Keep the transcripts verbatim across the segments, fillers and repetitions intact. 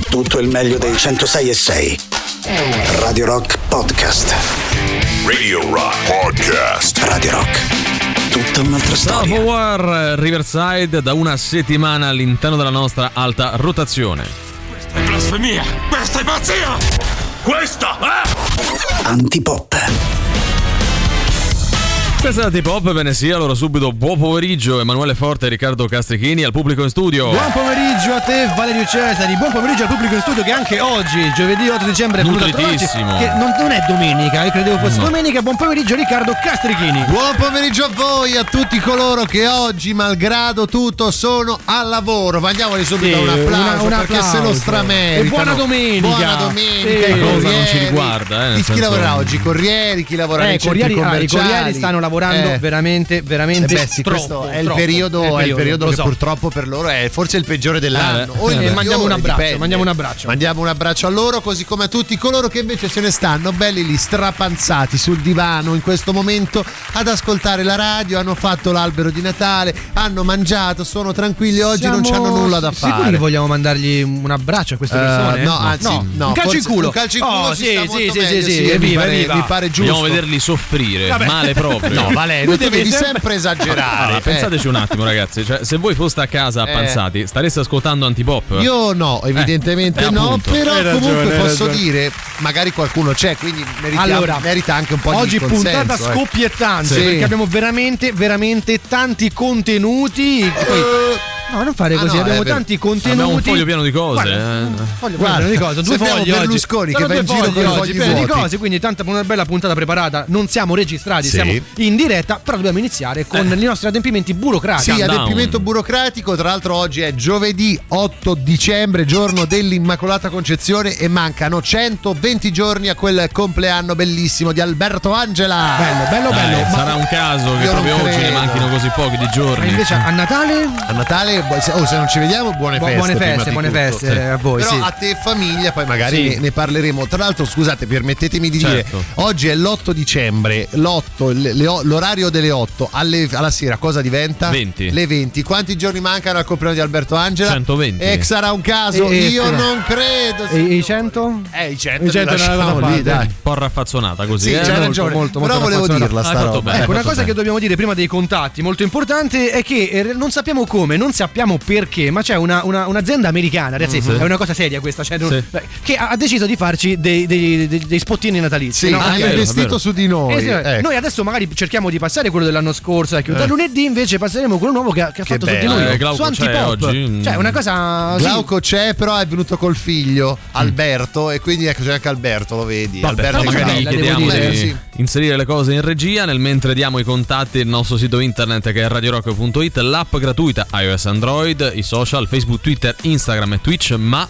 tutto il meglio dei centosei e sei. Radio Rock Podcast. Radio Rock Podcast. Radio Rock. Tutta un'altra storia. Top War Riverside da una settimana all'interno della nostra alta rotazione. Questa è blasfemia! Questa è pazzia! Questa è... Antipop. Questa è la T-Pop, bene sia, allora subito buon pomeriggio Emanuele Forte e Riccardo Castrichini al pubblico in studio. Buon pomeriggio a te Valerio Cesari, buon pomeriggio al pubblico in studio che anche oggi, giovedì otto dicembre, è nutritissimo, che non, non è domenica, io credevo fosse no. domenica. Buon pomeriggio Riccardo Castrichini. Buon pomeriggio a voi, a tutti coloro che oggi, malgrado tutto, sono al lavoro. Mandiamoli subito Sì, un applauso, una- un perché applauso. se lo strameritano. E buona domenica. Buona domenica. Sì. ai Cosa non corrieri. ci riguarda, eh, nel Chi, chi senso- lavorerà oggi? I corrieri, chi lavora Eh, nei i corrieri, centri ah, i commerciali. corrieri stanno lavorando Eh. veramente, Eh veramente beh, sì, troppo, questo è il troppo. periodo, è il periodo lo che so. purtroppo per loro è forse il peggiore dell'anno. Eh, beh. o il Eh, migliore, mandiamo un abbraccio, dipende. mandiamo un abbraccio. Mandiamo un abbraccio a loro, così come a tutti coloro che invece se ne stanno belli lì strapanzati sul divano in questo momento ad ascoltare la radio, hanno fatto l'albero di Natale, hanno mangiato, sono tranquilli oggi, Siamo non c'hanno nulla da sicuri fare. che vogliamo mandargli un abbraccio a queste Eh, persone? no, anzi, no, un calcio in forse culo. un calcio in culo Oh, si sì, sta sì, molto sì, meglio, sì, sì, sì, mi evviva, pare- evviva. mi pare giusto. Vogliamo vederli soffrire, Vabbè. male proprio. No, Valerio, tu devi sempre esagerare. Allora, eh. pensateci un attimo ragazzi, cioè, se voi foste a casa Eh. appanzati stareste ascoltando Antipop? Io no, evidentemente eh, no, appunto. però Hai ragione, comunque hai posso ragione. dire, magari qualcuno c'è, quindi meritiamo- Allora, merita anche un po' oggi di consenso. puntata eh. scoppiettante Sì. perché abbiamo veramente, veramente tanti contenuti. Poi- no, non fare Ah, così, no, abbiamo è vero. tanti contenuti. Abbiamo un foglio pieno di cose. Guarda, eh. un foglio Guarda, pieno di cose, due sembriamo fogli oggi. Berlusconi che Sono va in due giro fogli con i oggi, fogli pieni di vuoti. cose, quindi tanta una bella puntata preparata. Non siamo registrati, Sì. siamo in diretta, però dobbiamo iniziare con i nostri adempimenti burocratici. Sì, Countdown. adempimento burocratico. Tra l'altro oggi è giovedì otto dicembre, giorno dell'Immacolata Concezione, e mancano centoventi giorni a quel compleanno bellissimo di Alberto Angela. Bello, bello, bello. Eh, Ma- sarà un caso che io non proprio oggi ne credo. manchino così pochi di ma giorni. invece a Natale A Natale, bu- se, oh, se non ci vediamo, buone Bu- feste. buone prima feste, di buone tutto. feste, eh, a voi, Però sì. a te e famiglia, poi magari Sì. ne, ne parleremo. Tra l'altro, scusate, permettetemi di Certo. dire, oggi è l'otto dicembre, l'otto, le- le o- l'orario delle otto alle- alla sera cosa diventa? venti. Le venti. Quanti giorni mancano al compleanno di Alberto Angela? centoventi. E sarà un caso, E- e- io scusa. non credo. e i cento? Eh, i cento, I cento li lasciamo non lì, lì, dai. Un po' raffazzonata così. Sì, eh? c'hai molto, ragione. molto, però molto volevo raffazzonata. dirla Hai sta fatto roba. bene. Ecco, una fatto cosa bene. che dobbiamo dire prima dei contatti, molto importante, è che eh, non sappiamo come, non sappiamo perché, ma c'è una, una- un'azienda americana, ragazzi, Mhm. è una cosa seria questa, cioè, non- Sì. beh, che ha ha deciso di farci dei, dei, dei- dei spottini natalizi. Sì, no? ha è vero, investito è vero. su di noi. Eh sì, ecco. Noi adesso magari cerchiamo di passare quello dell'anno scorso, ecco, da Eh. lunedì invece passeremo quello nuovo che, ha- che ha Che fatto su di bello. noi, Eh, su Glauco c'è Antipop. oggi? Cioè, una cosa sì. Glauco c'è, però è venuto col figlio Alberto, e quindi ecco c'è anche Alberto, lo vedi? Vabbè, Alberto però è magari bella, gli devo chiediamo dire, di sì. inserire le cose in regia nel mentre diamo i contatti, il nostro sito internet che è radio rock punto it, l'app gratuita iOS Android, i social Facebook, Twitter, Instagram e Twitch, ma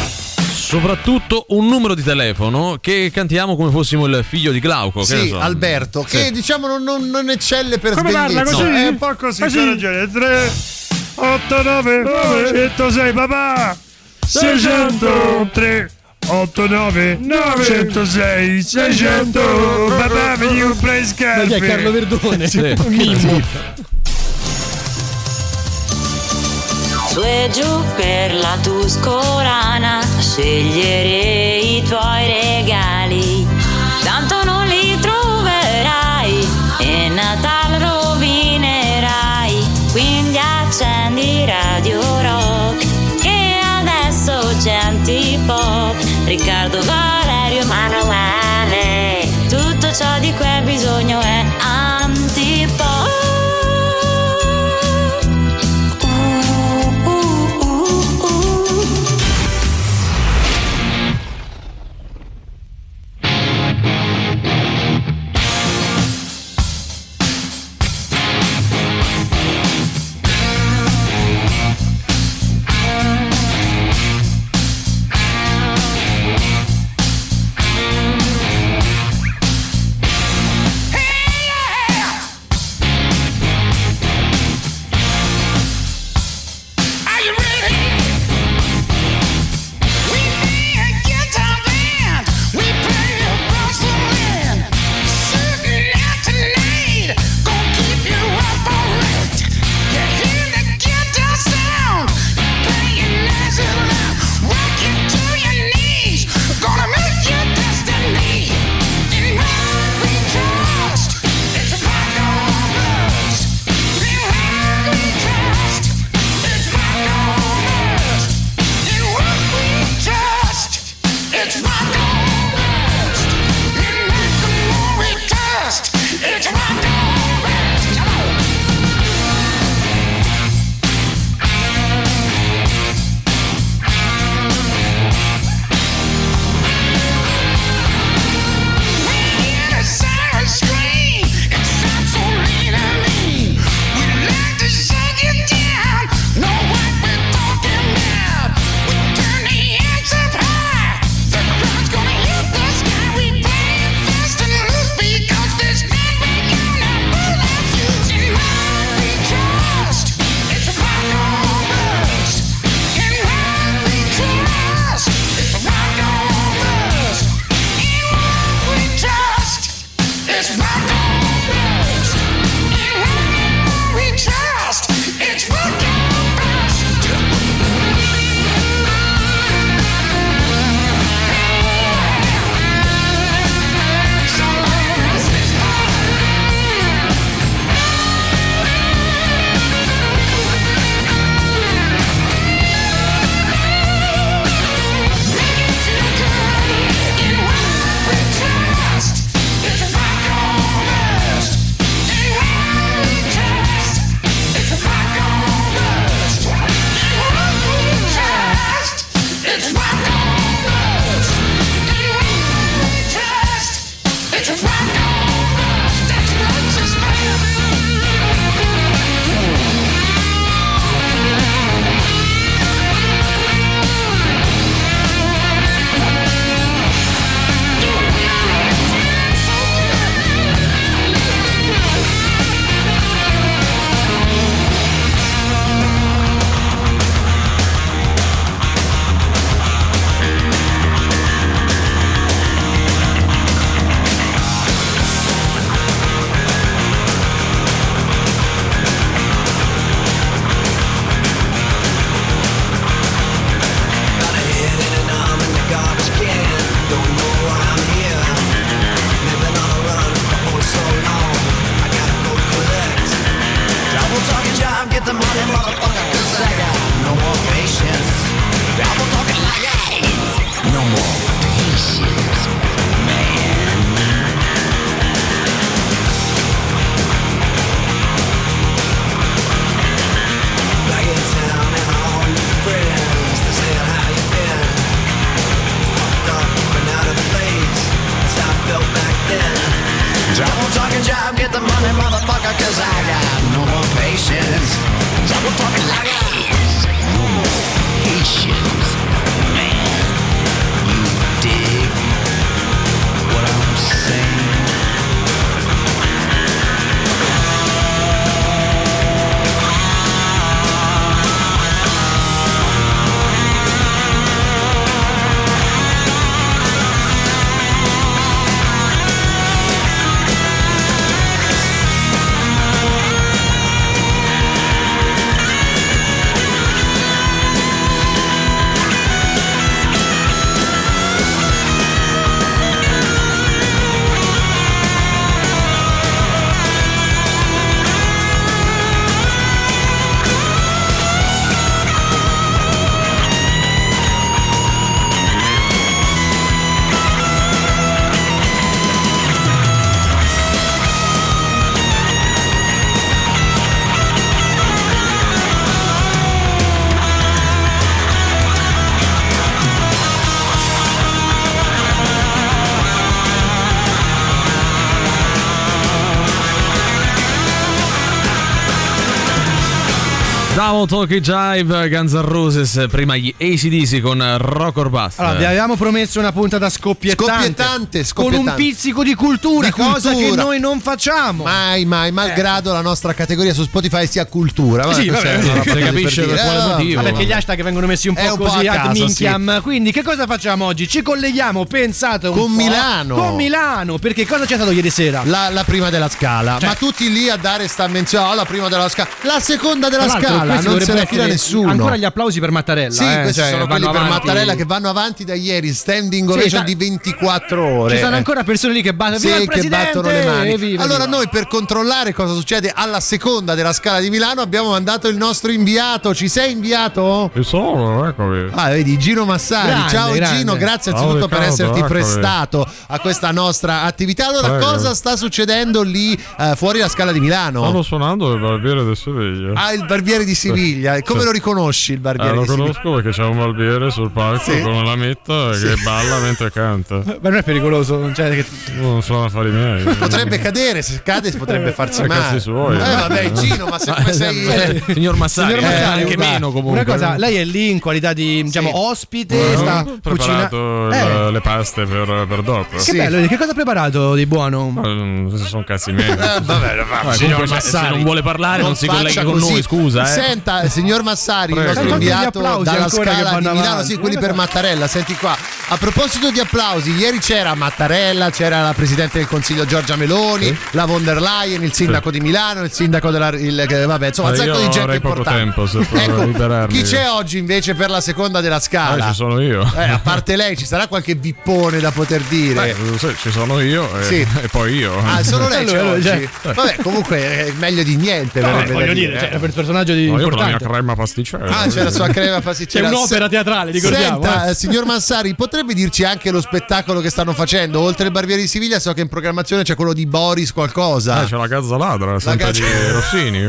soprattutto un numero di telefono che cantiamo come fossimo il figlio di Glauco. che ne Sì, so. Alberto, Sì. che diciamo non, non, non eccelle per Come parla sbellezza. così? No, È è un po' così, c'ha ragione. tre, otto, nove, centosei, papà! seicentotre, otto, nove, centosei, seicento, papà, vedi un play Ma chi è Carlo scarpe! Verdone? Sì. Un mimo. Su e giù per la Tuscolana, scegliere i tuoi regali, tanto non li troverai e Natale rovinerai, quindi accendi Radio Rock, che adesso c'è Antipop, Riccardo, Valerio, Emanuele, tutto ciò di cui hai bisogno è Antipop. Hey, yeah! Double Talkie Jive, Guns N' Roses, prima gli A C D C con Rock or Bust. Allora, vi avevamo promesso una puntata scoppiettante, Scoppiettante, scoppiettante. con un pizzico di cultura, Di cosa cultura. che noi non facciamo. Mai, mai, malgrado la nostra categoria su Spotify sia cultura. Sì, questa vabbè, è sì, una si roba capisce per per dire. quale Eh, motivo. Ma perché gli hashtag vengono messi un po' È un po' così a ad caso, minchiam. Quindi che cosa facciamo oggi? Ci colleghiamo, pensate un Con po', Milano. Con Milano, perché cosa c'è stato ieri sera? La, la prima della scala, Cioè- ma tutti lì a dare sta menzione, oh, la prima della scala, la seconda della Tra l'altro, scala, questi non se dovrebbero ne fila essere nessuno. Ancora gli applausi per Mattarella. Sì, eh, questi cioè, sono quelli vanno per avanti. Mattarella che vanno avanti da ieri, standing Sì, ovation sta- di ventiquattro ore. Ci sono ancora persone lì che battono. Sì, Viva il che presidente! battono le mani. Viva, allora, viva. noi per controllare cosa succede alla seconda della scala di Milano abbiamo mandato il nostro inviato. Ci sei inviato? Ci sono, eccomi. Ah, vedi, Gino Massari. Grande, Ciao grande. Gino, grazie Ciao, anzitutto per Riccardo, esserti eccomi. prestato a questa nostra attività. Allora, Prego. cosa sta succedendo lì eh, fuori la scala di Milano? Stanno suonando il barbiere del Seviglia. Ah, il barbiere di Siviglia. Come Sì. lo riconosci il barbiere Eh, lo di Siviglia? conosco perché c'è un barbiere sul palco Sì. con la lametta che balla mentre canta. Ma non è pericoloso, cioè, che... Non sono affari miei. Potrebbe cadere, se cade potrebbe farsi Eh, male. cazzi suoi. Eh vabbè, Gino, ma se come sei Eh, signor Massari, Signor eh, Massari, anche guarda, meno comunque. Una cosa, lei è lì in qualità di diciamo Sì. ospite, sta Ho preparato cucinando. il- le paste per, per dopo. Che Sì. bello, che cosa ha preparato di buono? Ma, mm, Questi sono cazzi miei. Eh, vabbè, vabbè, Eh, signor comunque, cioè, se Massari, non vuole parlare non, si faccia colleghi con così. noi, scusa. Eh. Senta, signor Massari, il Prego. nostro Tanto anche gli inviato applausi dalla ancora che scala di vanno Milano, avanti. sì, quelli Una per cosa- Mattarella. Senti qua, a proposito di applausi, ieri c'era Mattarella, c'era la Presidente del Consiglio Giorgia Meloni, la von der Leyen, il sindaco di Milano, il sindaco della... Il, che- vabbè, insomma, un Eh, sacco io di gente avrei poco importante. tempo se provo a Ecco, liberarmi. chi c'è oggi invece per la seconda della Ah, scala? ci sono io. Eh, a parte lei, ci sarà qualche vippone da poter dire? Beh, sì, ci sono io e, Sì. e poi io. Ah, solo lei c'è Allora, oggi? cioè- Vabbè, comunque è meglio di niente. No, verrebbe da voglio dire, dire, cioè, eh. per personaggio di No, io con la mia importante. crema pasticcera. Ah, c'è la sua crema pasticcera. C'è un'opera teatrale, ricordiamo. Senta, eh. eh, signor Massari, potrebbe dirci anche lo spettacolo che stanno facendo? Oltre il Barbiere di Siviglia, so che in programmazione c'è quello di Boris qualcosa. Ah, c'è la gazza ladra, sempre gazza- di Rossini.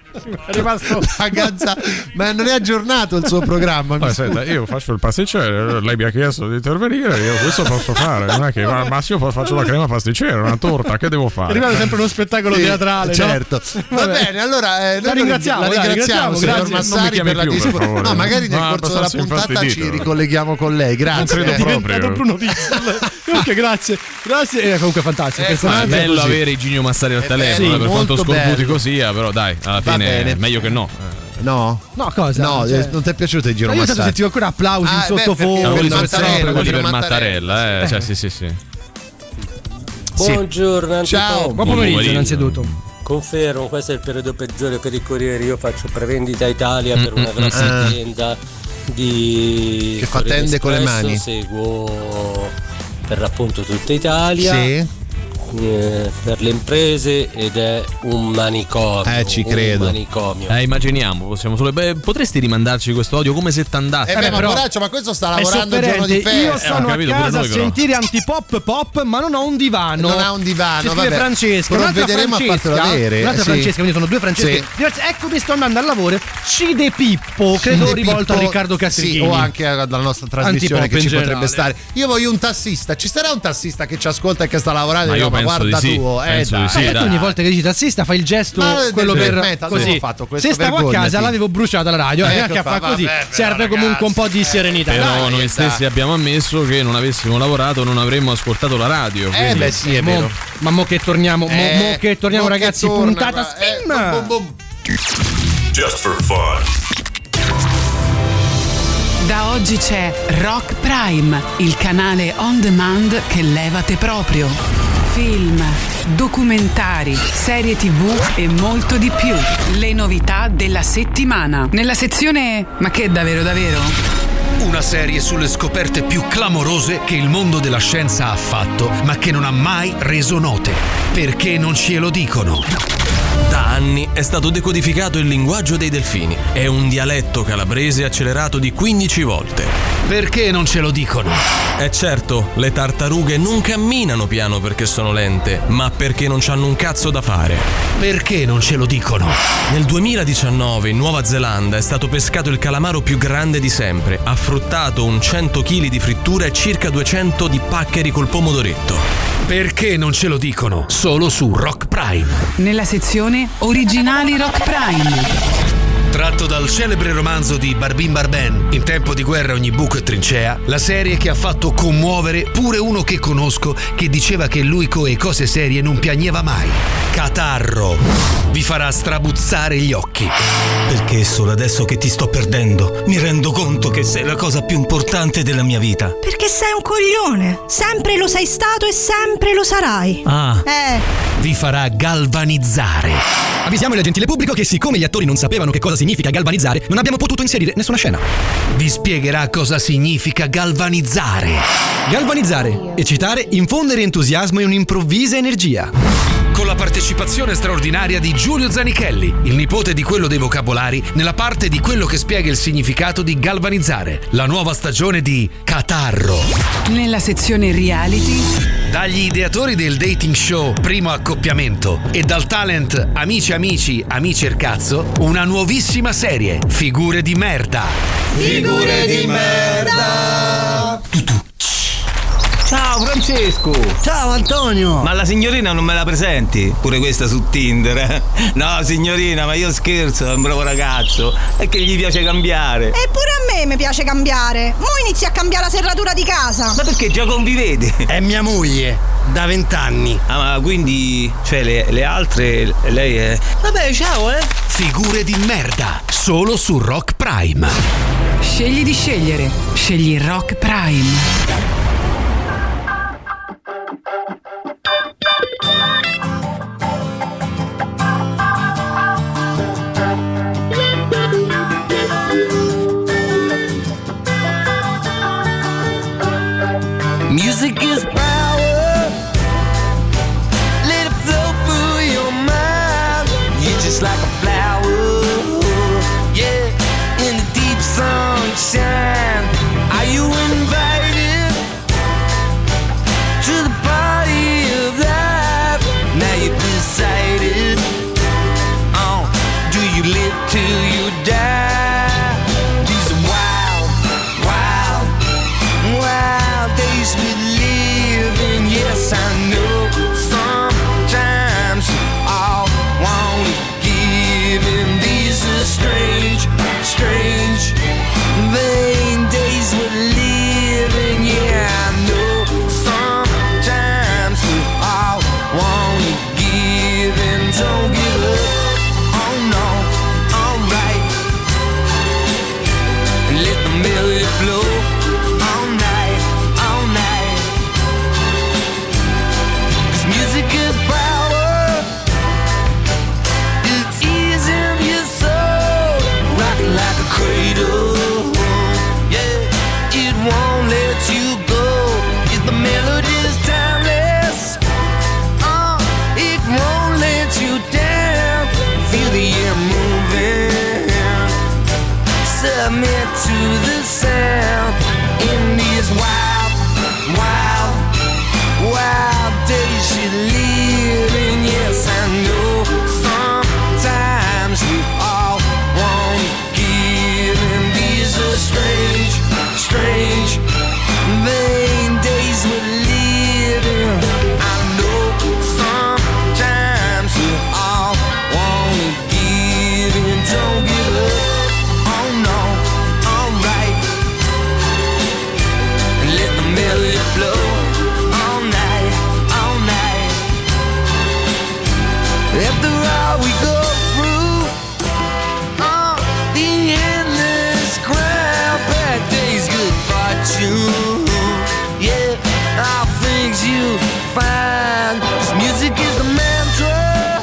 È rimasto a Gaza, ma non è aggiornato il suo programma. Ma senta, io faccio il pasticcere, lei mi ha chiesto di intervenire, io questo posso fare, non è che ma al massimo faccio la crema pasticcere, una torta, che devo fare? È arrivato sempre uno spettacolo Sì, teatrale, certo. no? Va bene, allora eh, La noi ringraziamo, la dai, ringraziamo, ringraziamo, signor grazie. Non mi Massari, chiami per la più, per discussione. favore. No, magari nel Ma corso della abbastanza puntata ci infastidito. ricolleghiamo con lei. Grazie. credo eh. proprio. È diventato Bruno Diesel. Comunque grazie, grazie. E comunque fantastico. Eh, È personaggio bello così. avere Igino Massari al È telefono, bello, eh, per molto quanto scorbutico bello. sia, però dai, alla Va fine bene. è meglio che no. No? No, cosa? No, Cioè- eh, non ti è piaciuto il giro Ma io Massari? sentivo ancora applausi Ah, in beh, perché sottofondo. quelli Quelli sono sono Mattarella, sempre quelli quelli per Mattarella. Mattarella, eh. Cioè, sì, sì, sì. Buongiorno, Ciao. Antipop. Buon pomeriggio, pomeriggio. innanzitutto. Confermo, questo è il periodo peggiore per i corrieri. Io faccio prevendita Italia per una grossa Ah. azienda di Che fa Corriere tende con le Espresso, mani. Seguo per l'appunto tutta Italia. Sì. eh, per le imprese ed è un manicomio. Eh, ci un credo. manicomio. Eh, immaginiamo, possiamo solo. Beh, potresti rimandarci questo audio come se t'andasse. Eh beh, ma però- poraccio, ma questo sta È lavorando il giorno di sofferente. Io festa. sono ho a capito, pure casa a noi, però. sentire antipop pop, ma non ho un divano. Non ha un divano, Si scrive vabbè. Francesca. Un'altra Provvederemo a Francesca, fartelo vedere. Un'altra Sì. Francesca, quindi sono due Francesche Sì. diverse. Eccomi, sto andando al lavoro. Cide Pippo, credo Cide rivolto a Pippo, Riccardo Castrichini. sì, o anche alla nostra trasmissione Antipop che ci in potrebbe generale. stare. Io voglio un tassista. Ci sarà un tassista che ci ascolta e che sta lavorando? Ma e io dico, ma penso guarda di sì, tu, eh, penso di dai. sì, Eh, tu dai. ogni volta che dici tassista fai il gesto Ma quello del per metal, così. avevo fatto questo, Se stavo a vergognati. casa l'avevo bruciata la radio, Ecco neanche a qua, fare così. vabbè, Serve però, comunque un po' di ragazzi, serenità. Però Dai, noi dai. stessi abbiamo ammesso che non avessimo lavorato non avremmo ascoltato la radio. Eh quindi- beh sì, è Mo- vero. ma mo che torniamo, mo, Eh, mo che torniamo mo che ragazzi, torna, puntata qua, eh, spin. boom, boom, boom. Just for fun. Da oggi c'è Rock Prime, il canale on demand che levate proprio. Film, documentari, serie tv e molto di più. Le novità della settimana. Nella sezione Ma che davvero davvero? Una serie sulle scoperte più clamorose che il mondo della scienza ha fatto, ma che non ha mai reso note. Perché non ce lo dicono? Da anni è stato decodificato il linguaggio dei delfini. È un dialetto calabrese accelerato di quindici volte. Perché non ce lo dicono? E certo, le tartarughe non camminano piano perché sono lente, ma perché non c'hanno un cazzo da fare. Perché non ce lo dicono? Nel duemiladiciannove in Nuova Zelanda è stato pescato il calamaro più grande di sempre. Ha fruttato un cento chili di frittura e circa duecento di paccheri col pomodoretto. Perché non ce lo dicono? Solo su Rock Prime. Nella sezione Originali Rock Prime. Tratto dal celebre romanzo di Barbin Barben, In tempo di guerra ogni buco è trincea, la serie che ha fatto commuovere pure uno che conosco che diceva che lui coi cose serie non piagneva mai. Catarro. Vi farà strabuzzare gli occhi. Perché solo adesso che ti sto perdendo mi rendo conto che sei la cosa più importante della mia vita. Perché sei un coglione. Sempre lo sei stato e sempre lo sarai. Ah. Eh. Vi farà galvanizzare. Avvisiamo il gentile pubblico che siccome gli attori non sapevano che cosa significa galvanizzare, non abbiamo potuto inserire nessuna scena. Vi spiegherà cosa significa galvanizzare. Galvanizzare, eccitare, infondere entusiasmo e un'improvvisa energia. Con la partecipazione straordinaria di Giulio Zanichelli, il nipote di quello dei vocabolari, nella parte di quello che spiega il significato di galvanizzare, la nuova stagione di Catarro. Nella sezione Reality. Dagli ideatori del dating show Primo Accoppiamento e dal talent Amici Amici Amici er Cazzo, una nuovissima serie, Figure di merda. Figure di merda. Ciao Francesco! Ciao Antonio! Ma la signorina non me la presenti? Pure questa su Tinder, eh? No signorina, ma io scherzo, è un bravo ragazzo. È che gli piace cambiare. Eppure a me mi piace cambiare. Mo inizi a cambiare la serratura di casa. Ma perché già convivete? È mia moglie, da vent'anni. Ah, ma quindi, cioè le, le altre, lei è... Vabbè, ciao eh! Figure di merda, solo su Rock Prime. Scegli di scegliere. Scegli Rock Prime. Music is power. Let it flow through your mind. You're just like a flower. Yeah, in the deep sunshine. Are you invited to the party of life? Now you've decided. Oh, do you let you go. If the melody is timeless, uh, it won't let you down. Feel the air moving, submit to the sound. In these wild, wild, wild days you're living. Yes, I know sometimes we all want to give, and these are strange, strange, vain days we're living. I know sometimes we all want to give, and don't give up. Oh no, alright. Let the melody flow all night, all night. After all we go through, uh, the endless crowd, bad days, good fortune. Yeah, all things you find. This music is the mantra,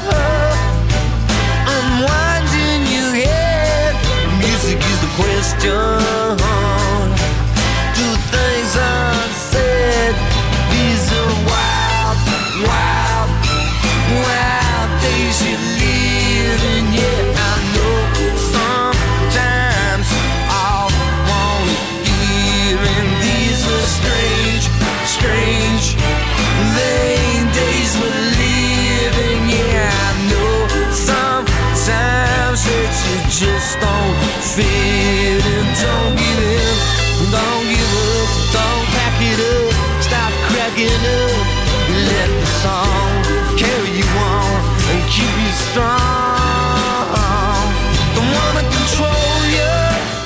unwinding your head. Music is the question. Do things unsaid. These are wild, wild, wild days you're living. Yeah, I know sometimes all want to hear, and these are strange, strange, vain days we're living. Yeah, I know sometimes that you just don't fit, and don't give in, don't give up, don't pack it up, stop cracking up. Let the song carry you on and keep you strong. Don't wanna control you,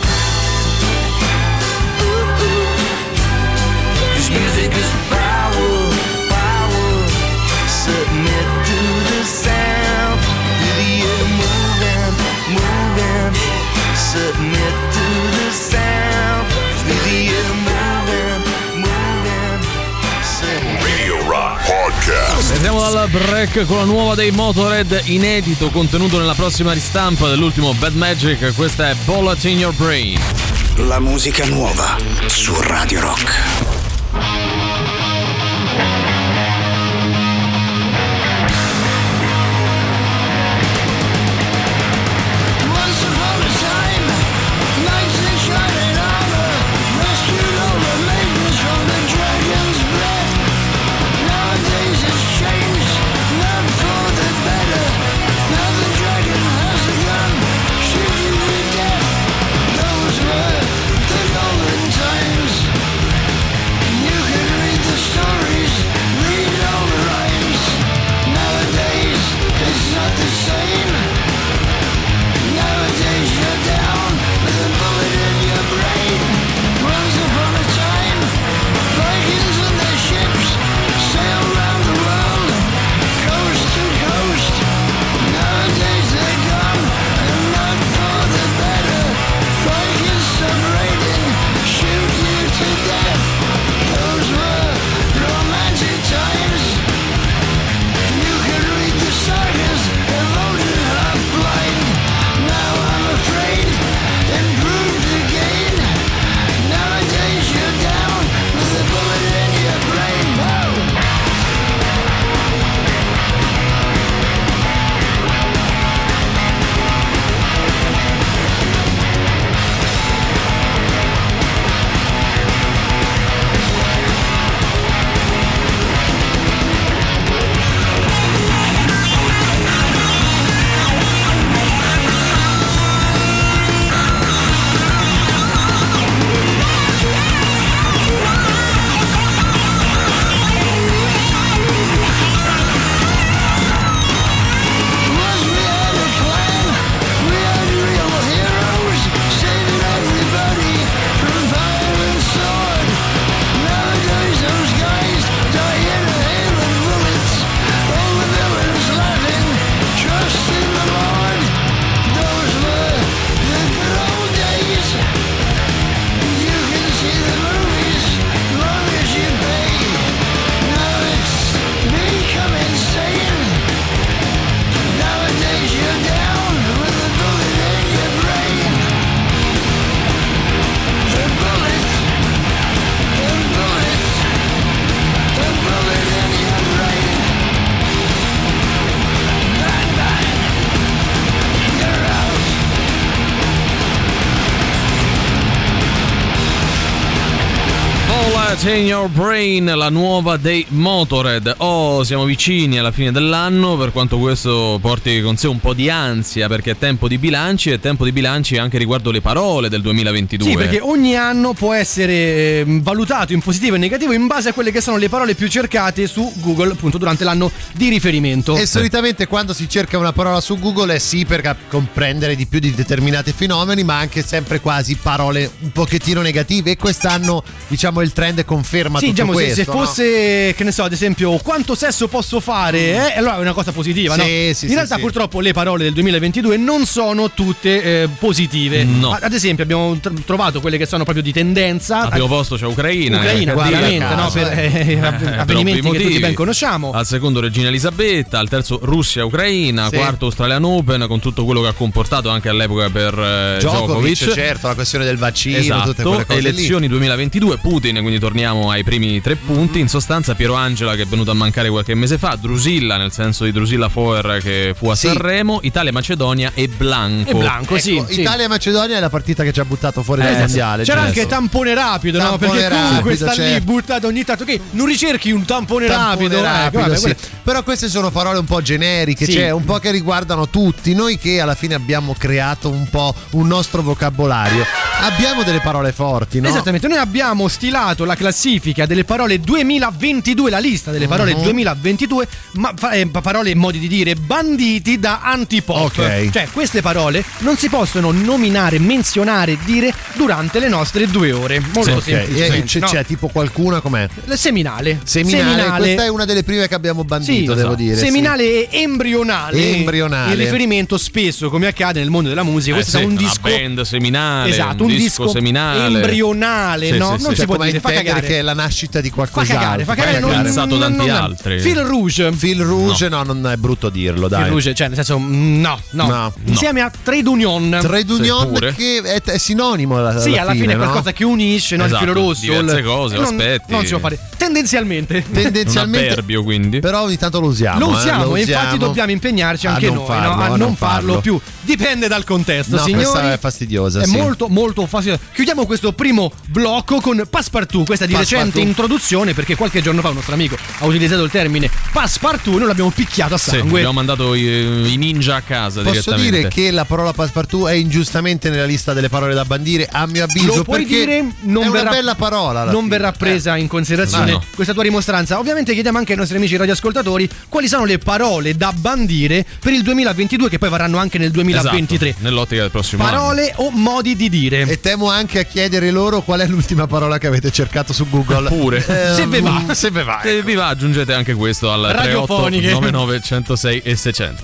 ooh, ooh. 'Cause music is power, power. Submit to the sound, feel the air moving, moving. Submit to the sound, feel the air moving, moving. Radio Rock Podcast. Entriamo dal break con la nuova dei Motorhead, inedito, contenuto nella prossima ristampa dell'ultimo Bad Magic. Questa è Bullet in Your Brain. La musica nuova su Radio Rock. Once upon a time, knights in shining armor rescued all the maidens from the dragon's breath. Nowadays it's changed, not for the better. Now the dragon has a gun, shoots you to death. Those were the golden times. What's in Your Brain, la nuova dei Motorhead. Oh, siamo vicini alla fine dell'anno, per quanto questo porti con sé un po' di ansia, perché è tempo di bilanci e tempo di bilanci anche riguardo le parole del duemilaventidue. Sì, perché ogni anno può essere eh, valutato in positivo e negativo in base a quelle che sono le parole più cercate su Google, appunto, durante l'anno di riferimento. E solitamente quando si cerca una parola su Google è sì per comprendere di più di determinati fenomeni, ma anche sempre quasi parole un pochettino negative, e quest'anno diciamo il trend conferma sì, tutto diciamo, questo. Se, se fosse, no? che ne so, ad esempio, quanto sesso posso fare, eh? Allora è una cosa positiva, sì, no? Sì, in sì, realtà sì. purtroppo le parole del duemilaventidue non sono tutte eh, positive. No. Ad esempio abbiamo t- trovato quelle che sono proprio di tendenza. Al primo posto c'è Ucraina. Ucraina, chiaramente, no? Per eh, eh, avvenimenti che tutti ben conosciamo. Al secondo Regina Elisabetta, al terzo Russia-Ucraina, Sì. quarto Australian Open, con tutto quello che ha comportato anche all'epoca per eh, Djokovic, Djokovic. certo, la questione del vaccino, tutte Esatto, quelle cose elezioni lì. duemilaventidue, Putin, quindi torniamo ai primi tre punti. In sostanza Piero Angela, che è venuto a mancare qualche mese fa, Drusilla, nel senso di Drusilla Foer, che fu a Sì. Sanremo, Italia-Macedonia e Blanco. E Blanco, sì, Ecco, sì. Italia-Macedonia è la partita che ci ha buttato fuori Eh, dal esatto. mondiale. C'era giusto? anche tampone rapido, no? Tampone Perché comunque rapido, sta lì certo. buttato ogni tanto. Che non ricerchi un tampone, Tampone rapido, rapido, eh, vabbè, sì. quelle- Però queste sono parole un po' generiche, Sì. cioè un po' che riguardano tutti. Noi che alla fine abbiamo creato un po' un nostro vocabolario, abbiamo delle parole forti, no? Esattamente, noi abbiamo stilato la classifica delle parole duemilaventidue, la lista delle parole Mhm. duemilaventidue, ma fa- eh, parole, modi di dire, banditi da antipop. Ok. Cioè, queste parole non si possono nominare, menzionare, dire durante le nostre due ore. Molto Sì, ok. semplicemente. E c'è, no? c'è tipo qualcuna com'è? Il seminale. Seminale, questa è una delle prime che abbiamo bandito, Sì, devo so. dire. sì. Seminale e embrionale. Embrionale. In riferimento spesso, come accade nel mondo della musica, Eh questo sì, è un una disco band seminale, esatto, un un disco disco seminale, embrionale, Sì, no? sì, non sì. si Cioè, può come dire, fa intendere cagare. che è la nascita di Fa qualcos'altro. cagare, fa cagare, non, influenzato non- tanti non- altri. Fil Rouge. Fil Rouge, no, non è brutto dirlo, dai. Fil Rouge, cioè nel senso mm, no, no, No. insieme a Trade Union. Trade Union, pure. che è, è sinonimo alla, Sì, alla fine è no? qualcosa che unisce, no? Esatto, Il filo rosso, diverse il- cose, non, aspetti. non si può fare. Tendenzialmente. Un Tendenzialmente, avverbio, quindi. però ogni tanto lo usiamo. Lo eh, usiamo, lo e infatti usiamo. dobbiamo impegnarci A anche non noi farlo, no? a, a non non farlo farlo. più. Dipende dal contesto, No, signori. questa è fastidiosa, È sì. molto, molto fastidiosa. Chiudiamo questo primo blocco con Passepartout, questa di Passepartout. recente introduzione, perché qualche giorno fa un nostro amico ha utilizzato il termine Passepartout e noi l'abbiamo picchiato a Sì, sangue. abbiamo mandato i, i ninja a casa Posso direttamente. dire che la parola passepartout è ingiustamente nella lista delle parole da bandire, a mio avviso, Lo puoi perché dire, non è una verrà, bella parola. alla non fine. verrà presa in considerazione Ma no. questa tua dimostranza. Ovviamente chiediamo anche ai nostri amici radioascoltatori quali sono le parole da bandire per il duemilaventidue, che poi varranno anche nel duemilaventitré. Esatto, nell'ottica del prossimo anno. Parole o modi di dire. E temo anche a chiedere loro qual è l'ultima parola che avete cercato su Google. Pure. Ehm, Se ve va. Se ve va. Se vi va, aggiungete anche questo al tre otto Radiofoniche. nove nove uno zero sei e seicento.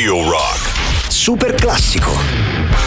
Radio Rock. Super classico.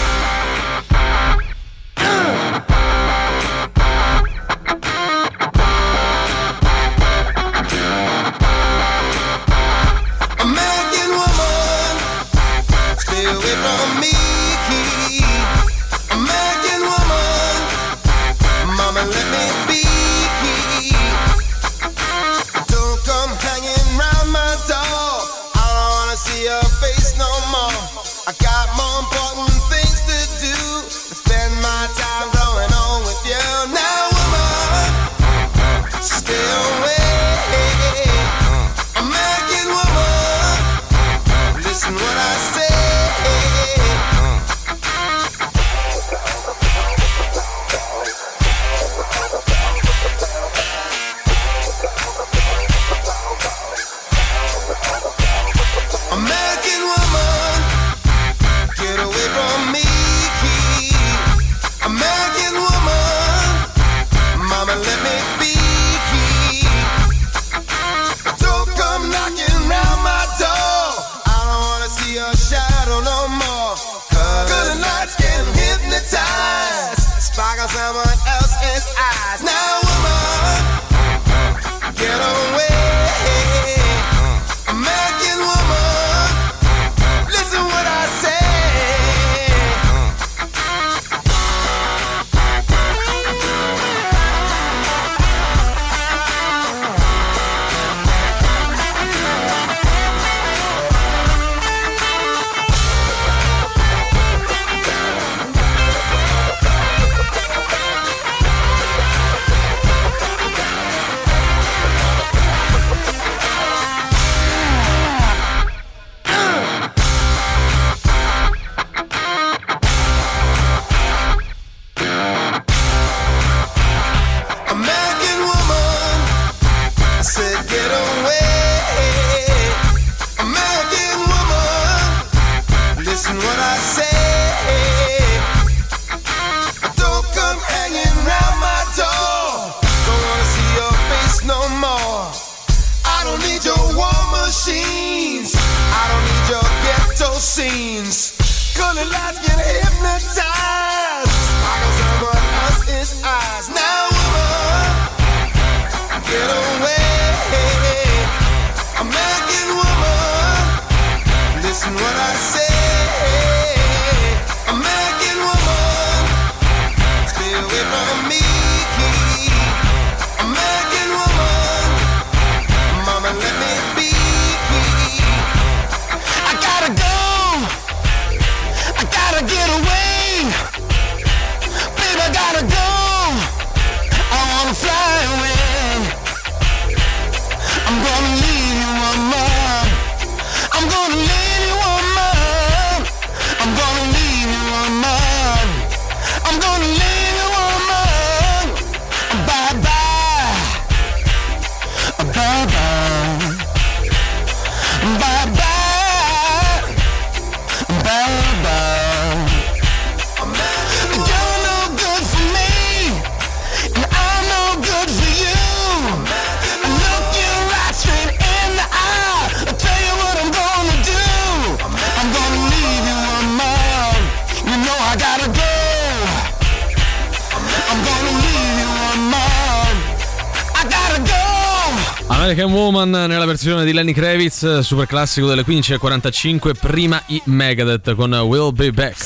American Woman nella versione di Lenny Kravitz, super classico delle quindici e quarantacinque, prima i Megadeth con We'll Be Back.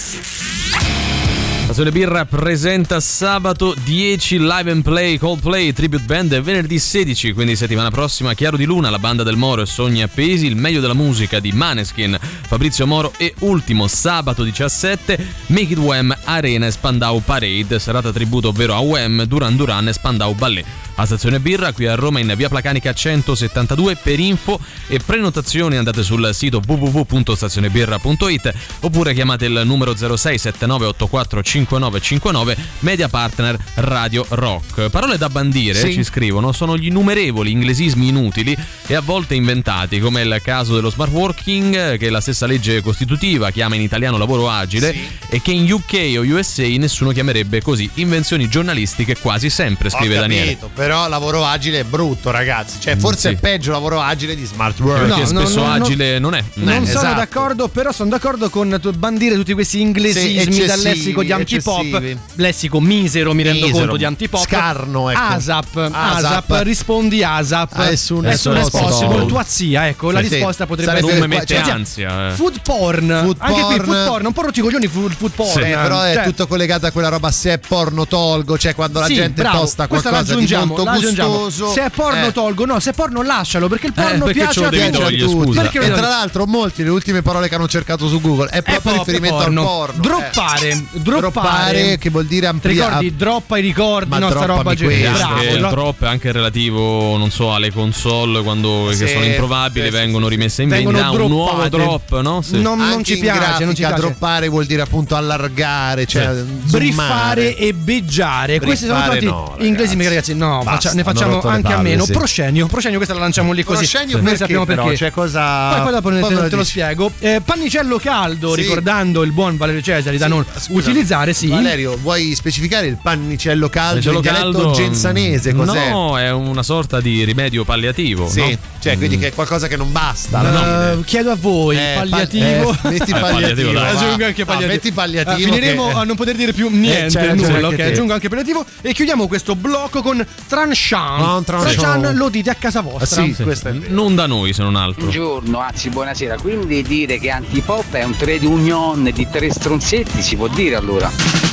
Stazione Birra presenta sabato dieci Live and Play Coldplay Tribute Band e venerdì sedici, quindi settimana prossima, Chiaro di Luna, la banda del Moro e Sogni Appesi, il meglio della musica di Maneskin, Fabrizio Moro e Ultimo. Sabato diciassette Make It Wham Arena e Spandau Parade, serata tributo ovvero a Wham, Duran Duran e Spandau Ballet. A Stazione Birra qui a Roma in via Placanica centosettantadue. Per info e prenotazioni andate sul sito w w w punto stazionebirra punto i t oppure chiamate il numero zero sei sette nove otto quattro cinque nove cinque nove. Media partner Radio Rock. Parole da bandire, sì, ci scrivono, sono gli innumerevoli inglesismi inutili e a volte inventati, come il caso dello smart working, che la stessa legge costitutiva chiama in italiano lavoro agile, sì, e che in U K o U S A nessuno chiamerebbe così. Invenzioni giornalistiche quasi sempre, scrive Ho Daniele. capito, però lavoro agile è brutto, ragazzi. Cioè, forse Sì. è peggio lavoro agile di smart work. Perché No, no, spesso no, no. agile non è. Non Eh, sono esatto. d'accordo, però sono d'accordo con tu- bandire tutti questi inglesismi Sì, dal eccessivi, lessico di antipop. eccessivi. Lessico misero, mi rendo Misero, conto, di antipop. scarno, ecco. ASAP, ASAP. ASAP, rispondi ASAP. As soon As as soon as possible. possible. Tua zia, ecco, la Sì, sì. risposta potrebbe Sarebbe essere Non mi mette cioè, ansia. eh. food porn. Food Anche qui porn. food porn, un po' rotti i coglioni food, food porn. Sì, però è Cioè, tutto collegato a quella roba, se è porno tolgo, cioè quando la sì, gente bravo, posta questa qualcosa di l'aggiungiamo, molto l'aggiungiamo. gustoso. Se è porno eh. tolgo, no, se è porno lascialo, perché il porno perché piace ce lo a devi tutti. togliere, scusa. Perché E lo tra devi- l'altro molti le ultime parole che hanno cercato su Google è È proprio pop, riferimento porno. al porno. Droppare, eh. droppare, Droppare, che vuol dire Ti ampliare. ricordi? Droppa i ricordi, Ma no, sta droppami roba questo. genere. Anche Bravo, il dro- drop è anche relativo, non so, alle console quando Sì, che sono introvabili sì, sì, vengono sì, rimesse in Vengono vendita. Un nuovo droppate. drop, no? Sì. Non, non Anche ci in piace, grafica, non ci piace. droppare vuol dire appunto allargare, cioè Briffare zoomare. e beggiare. Questi sono Briffare tutti no, ragazzi. inglesi, ragazzi. No, Basta, faccia- ne hanno facciamo rotto le anche a palle, meno. sì. Proscenio, proscenio, questa la lanciamo lì così. Proscenio Noi perché, sappiamo però? perché. Cioè, cosa- Poi, poi dopo ne- poi te, me lo te lo dici. spiego. Eh, pannicello caldo, Sì. ricordando il buon Valerio Cesari da non Scusa, utilizzare, sì. Valerio, vuoi specificare il pannicello caldo Pannicello in dialetto caldo, gensanese? Cos'è? No, è una sorta di rimedio palliativo. Sì, no? cioè quindi Mm. che è qualcosa che non basta. alla Eh, fine. chiedo a voi, Eh, palliativo. pa- eh, metti Eh, palliativo. palliativo, dai. va. Aggiungo anche No, palliativo. metti palliativo. Eh, finiremo che- a non poter dire più niente, c'hai ragione nulla, ok? anche te. Aggiungo anche palliativo e chiudiamo questo blocco con Tranchant. No, Tranchant. Tranchant lo dite a casa vostra. Ah, sì, questo è vero. Non da noi, se non altro. Buongiorno, anzi buonasera. Quindi dire che Antipop è un trade union di tre stronzetti si può dire allora?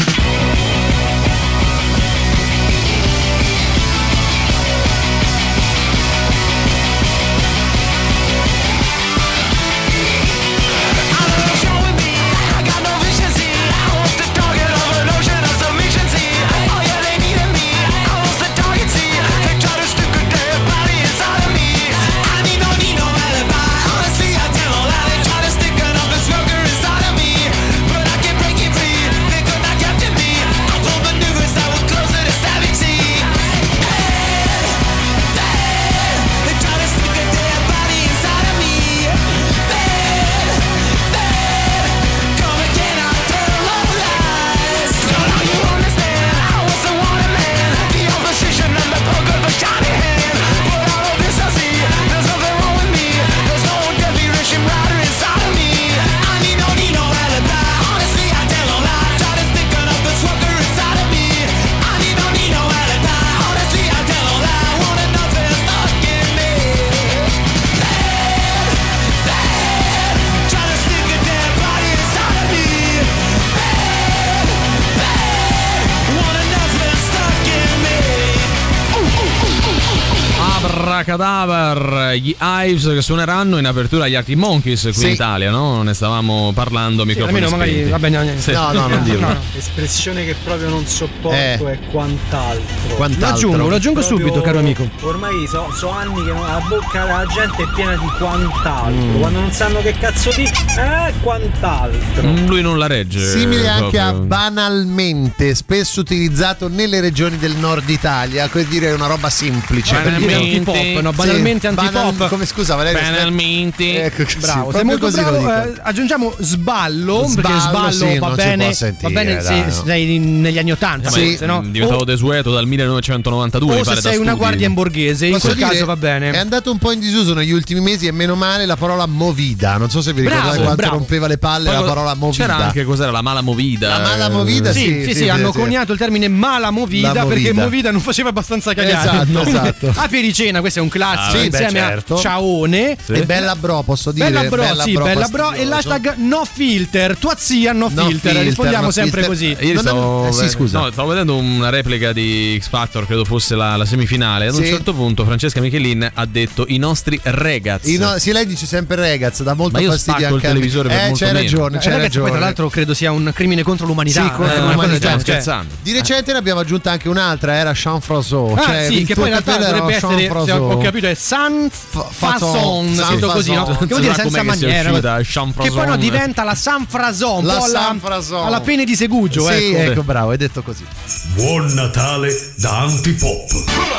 Cadaver, gli Hives che suoneranno in apertura agli Arctic Monkeys qui Sì. in Italia, no? Ne stavamo parlando a microfoni almeno magari spenti. vabbè, no, niente. Sì. No, no, non dirlo. L'espressione che proprio non sopporto Eh. è quant'altro. Quant'altro. L'aggiungo, lo aggiungo Proprio- subito, caro amico. Ormai so, so anni che non- la bocca della gente è piena di quant'altro. Mm. Quando non sanno che cazzo di. Eh, quant'altro. Mm, Lui non la regge. Simile anche a proprio. banalmente, spesso utilizzato nelle regioni del nord Italia, per dire una roba semplice. Per dire Banalmente. antipop, no? Sì, Banalmente antipop. banal- come scusa Valerio? Banalmente. Ecco, sì, Bravo, sei proprio molto così lo bravo. dico. eh, aggiungiamo sballo, Sballo, perché sballo sì, va non si bene, può sentire, va bene se dai, no. sei negli anni ottanta, Sì, se no? è diventato o, desueto dal millenovecentonovantadue. o mi se pare, da sei una studi. guardia in borghese, in Posso quel dire, caso va È bene. andato un po' in disuso negli ultimi mesi e meno male la parola movida. Non so se vi ricordate Bravo, quanto bravo. rompeva le palle Poi la parola movida. C'era anche cos'era la mala movida. La mala movida, Sì, sì, sì, sì, hanno sì. coniato il termine mala movida, La perché movida. movida non faceva abbastanza cagare. Esatto, esatto. Apericena, questo è un classico, Ah, sì, insieme beh, certo. a Ciaone. Sì. E bella bro, posso dire? Bella bro, sì, bella bro. E fastidioso. l'hashtag no filter, tua zia no, No filter. filter, Rispondiamo no sempre filter. così. Eh, Ieri Non stavo, è- eh, sì, scusa. no, stavo vedendo una replica di X Factor, credo fosse la, la semifinale. Ad un Sì. certo punto Francesca Michelin ha detto i nostri ragazzi. I no- sì, lei dice sempre ragazz, dà molto Ma io fastidio spacco anche il a me. televisore per Eh, molto c'hai meno. ragione, Eh, c'hai ragazzi, poi ragione. tra l'altro credo sia un crimine contro l'umanità. Sì, contro eh, una l'umanità. cosa del Stiamo genere. scherzando. Di recente ne abbiamo aggiunta anche un'altra, era Jean François. Ah, cioè, sì, il che tuo poi in realtà capello era dovrebbe Jean essere, se François. ho capito, è San Fason, Fason, scritto San così, no? Fason. Che vuol dire Non so senza com'è che sia maniera. uscita, Jean Che poi no, Fason. diventa la San Frason, La un po' alla, San Frason. alla pene di Segugio, Sì, ecco. ecco, bravo, hai detto così. Buon Natale da Antipop.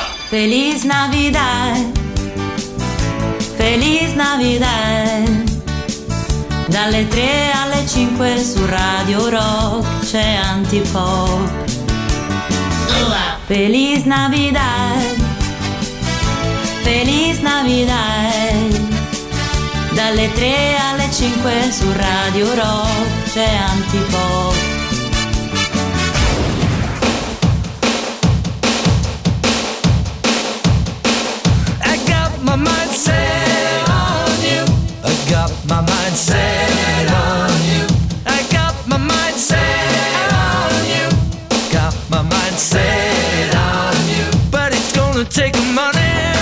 Feliz Navidad, Feliz Navidad. Dalle tre alle cinque su Radio Rock c'è Antipop. Feliz Navidad, Feliz Navidad. Dalle tre alle cinque su Radio Rock c'è Antipop. I got my mind set on you. I got my mind set on you. I got my mind set on you. Got my mind set on you. But it's gonna take money.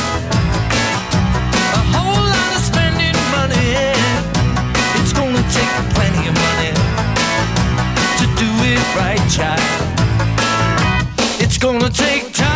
A whole lot of spending money. It's gonna take plenty of money to do it right, child. It's gonna take time.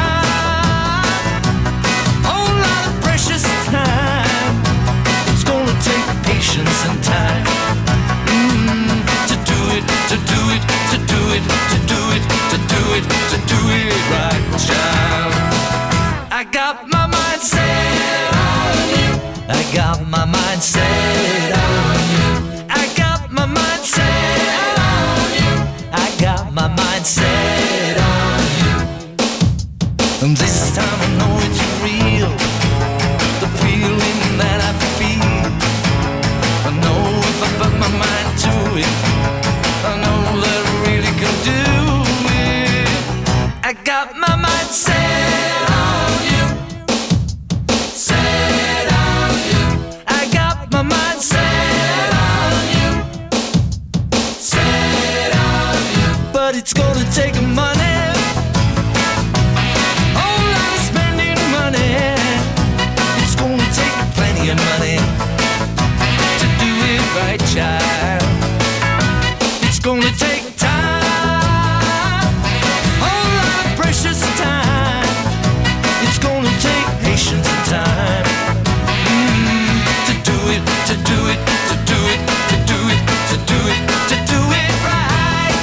Patience and time mm, to do it, to do it, to do it, to do it, to do it, to do it right, child. I got my mind set on you. I got my mind set on you. I got my mind set on you. I got my mind set on you. And this time I know it's real. The feeling that I feel. I know if I put my mind to it, I know that I really can do it. I got my mind set on you, set on you. I got my mind set on you, set on you. But it's gonna take money, whole lot of spending money. It's gonna take plenty of money. Right, child. It's gonna take time, whole lot of precious time. It's gonna take patience and time mm, to do it, to do it, to do it, to do it, to do it, to do it right.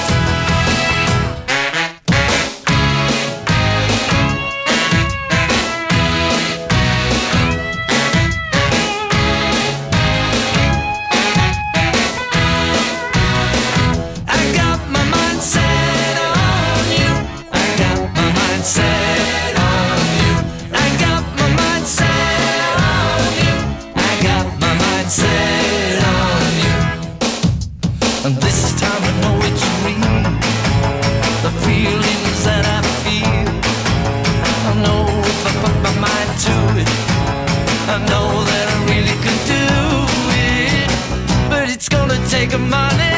Take money,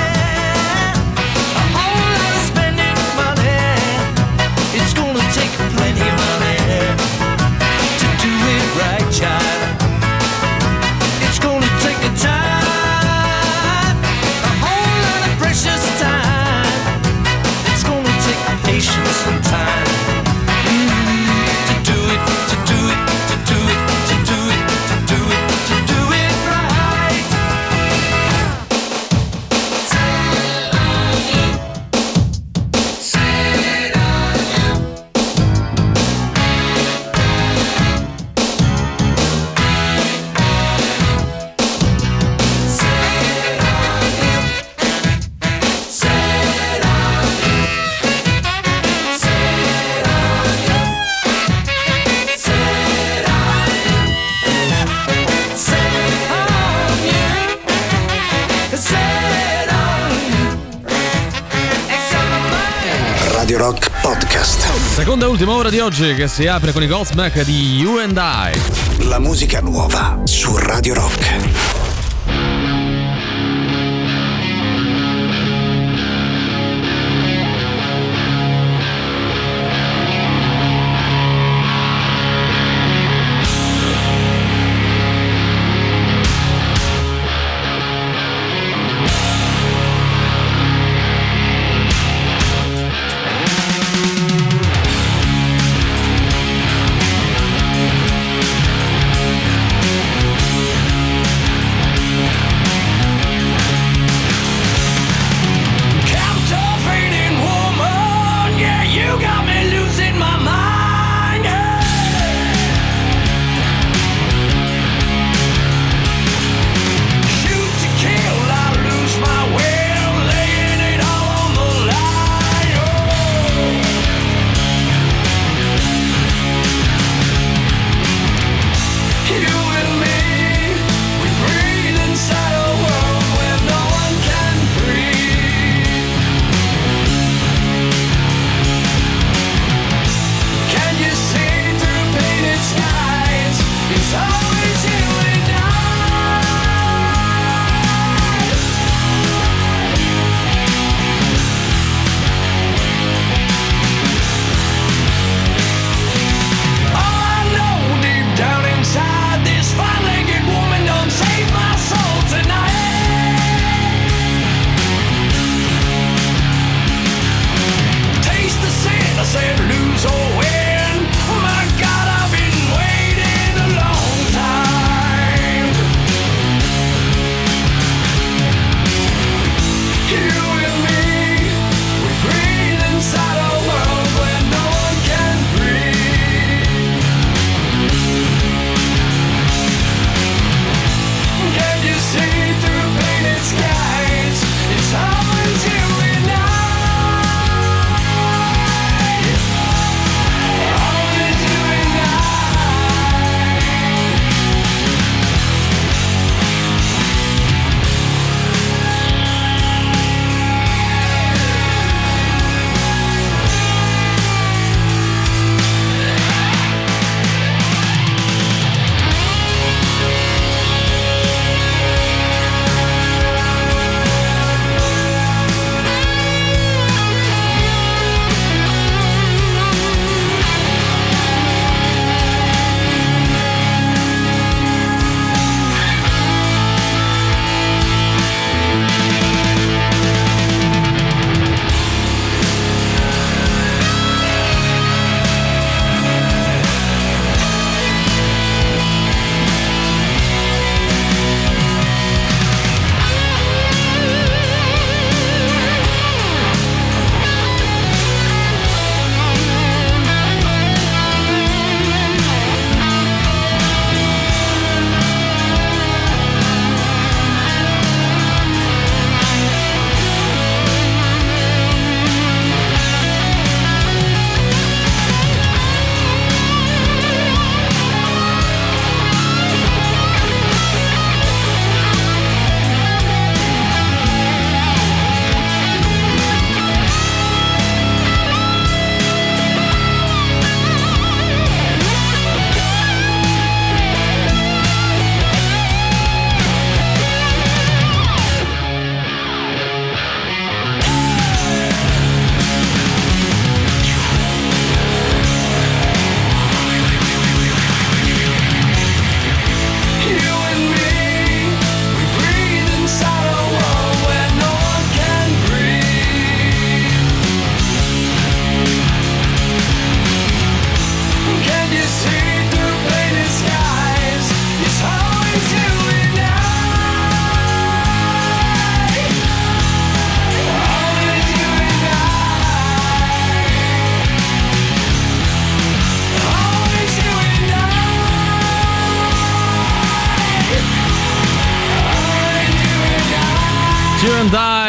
a whole lot of spending money. It's gonna take plenty of money to do it right, child. It's gonna take a time, a whole lot of precious time. It's gonna take patience and time mm, to do it, to do it, to do it, to do it, to do it, to do it right. Radio Rock Podcast. Seconda e ultima ora di oggi che si apre con i Godsmack di You and I. La musica nuova su Radio Rock.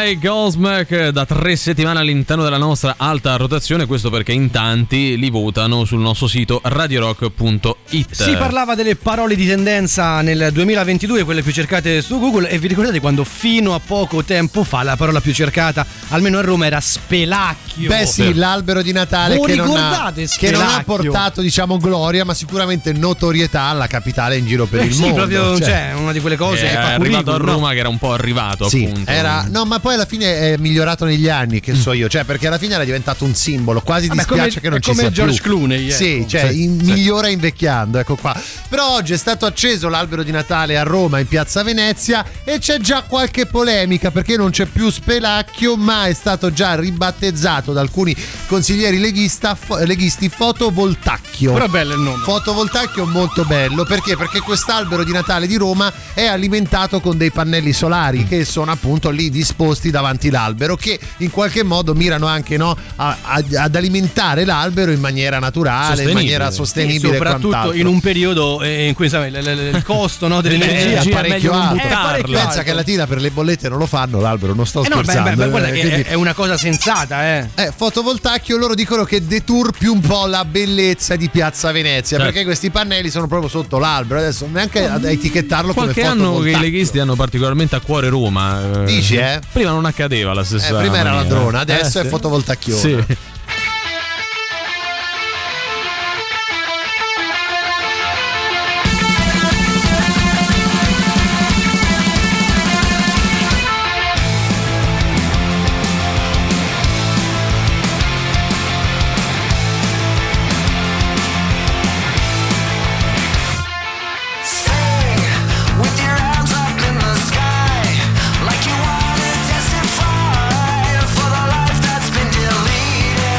Guy Goldsmack da tre settimane all'interno della nostra alta rotazione, questo perché in tanti li votano sul nostro sito radio rock punto it. Si parlava delle parole di tendenza nel duemilaventidue, quelle più cercate su Google, e vi ricordate quando fino a poco tempo fa la parola più cercata, almeno a Roma, era spelacchio? Beh sì, l'albero di Natale Voi che non, ha, ricordate che non ha spelacchio? portato, diciamo, gloria, ma sicuramente notorietà alla capitale in giro per Eh il sì, mondo. proprio, cioè, una di quelle cose È che fa arrivato a curriculum, Roma no? che era un po' arrivato, Sì, appunto. era, no, ma poi alla fine è migliorato negli anni, che so io, cioè perché alla fine era diventato un simbolo, quasi Vabbè, dispiace come- che non è ci come sia George più. Clooney, ecco. Sì, cioè Sì, in- sì. migliora invecchiando, ecco qua. Però oggi è stato acceso l'albero di Natale a Roma in Piazza Venezia e c'è già qualche polemica perché non c'è più spelacchio, ma è stato già ribattezzato da alcuni consiglieri leghista, fo- leghisti fotovoltacchio. Però è bello il nome. Fotovoltaico molto bello, perché? Perché quest'albero di Natale di Roma è alimentato con dei pannelli solari che sono appunto lì disposti davanti l'albero, che in qualche modo mirano anche, no, a- a- ad alimentare l'albero in maniera naturale, in maniera sostenibile, E e soprattutto quant'altro. in un periodo eh, in cui sai, l- l- il costo, no, dell'energia è è parecchio alto. È parecchio Pensa alto. che a Latina per le bollette non lo fanno l'albero, non sto Eh no, beh, scherzando. beh, beh, guarda eh, che quindi- è, è una cosa sensata, eh. Eh, fotovoltaico, loro dicono che deturpi un po' la bellezza di Piazza Venezia, Certo. perché questi pannelli sono proprio sotto l'albero. Adesso neanche ad etichettarlo come Qualche anno che i fotovoltaico. leghisti hanno particolarmente a cuore Roma. Dici, eh? Prima non accadeva la stessa Eh, prima era maniera. ladrona, adesso Eh, è sì. fotovoltaichione. Sì. With your arms up in the sky, like you wanna testify for the life that's been deleted.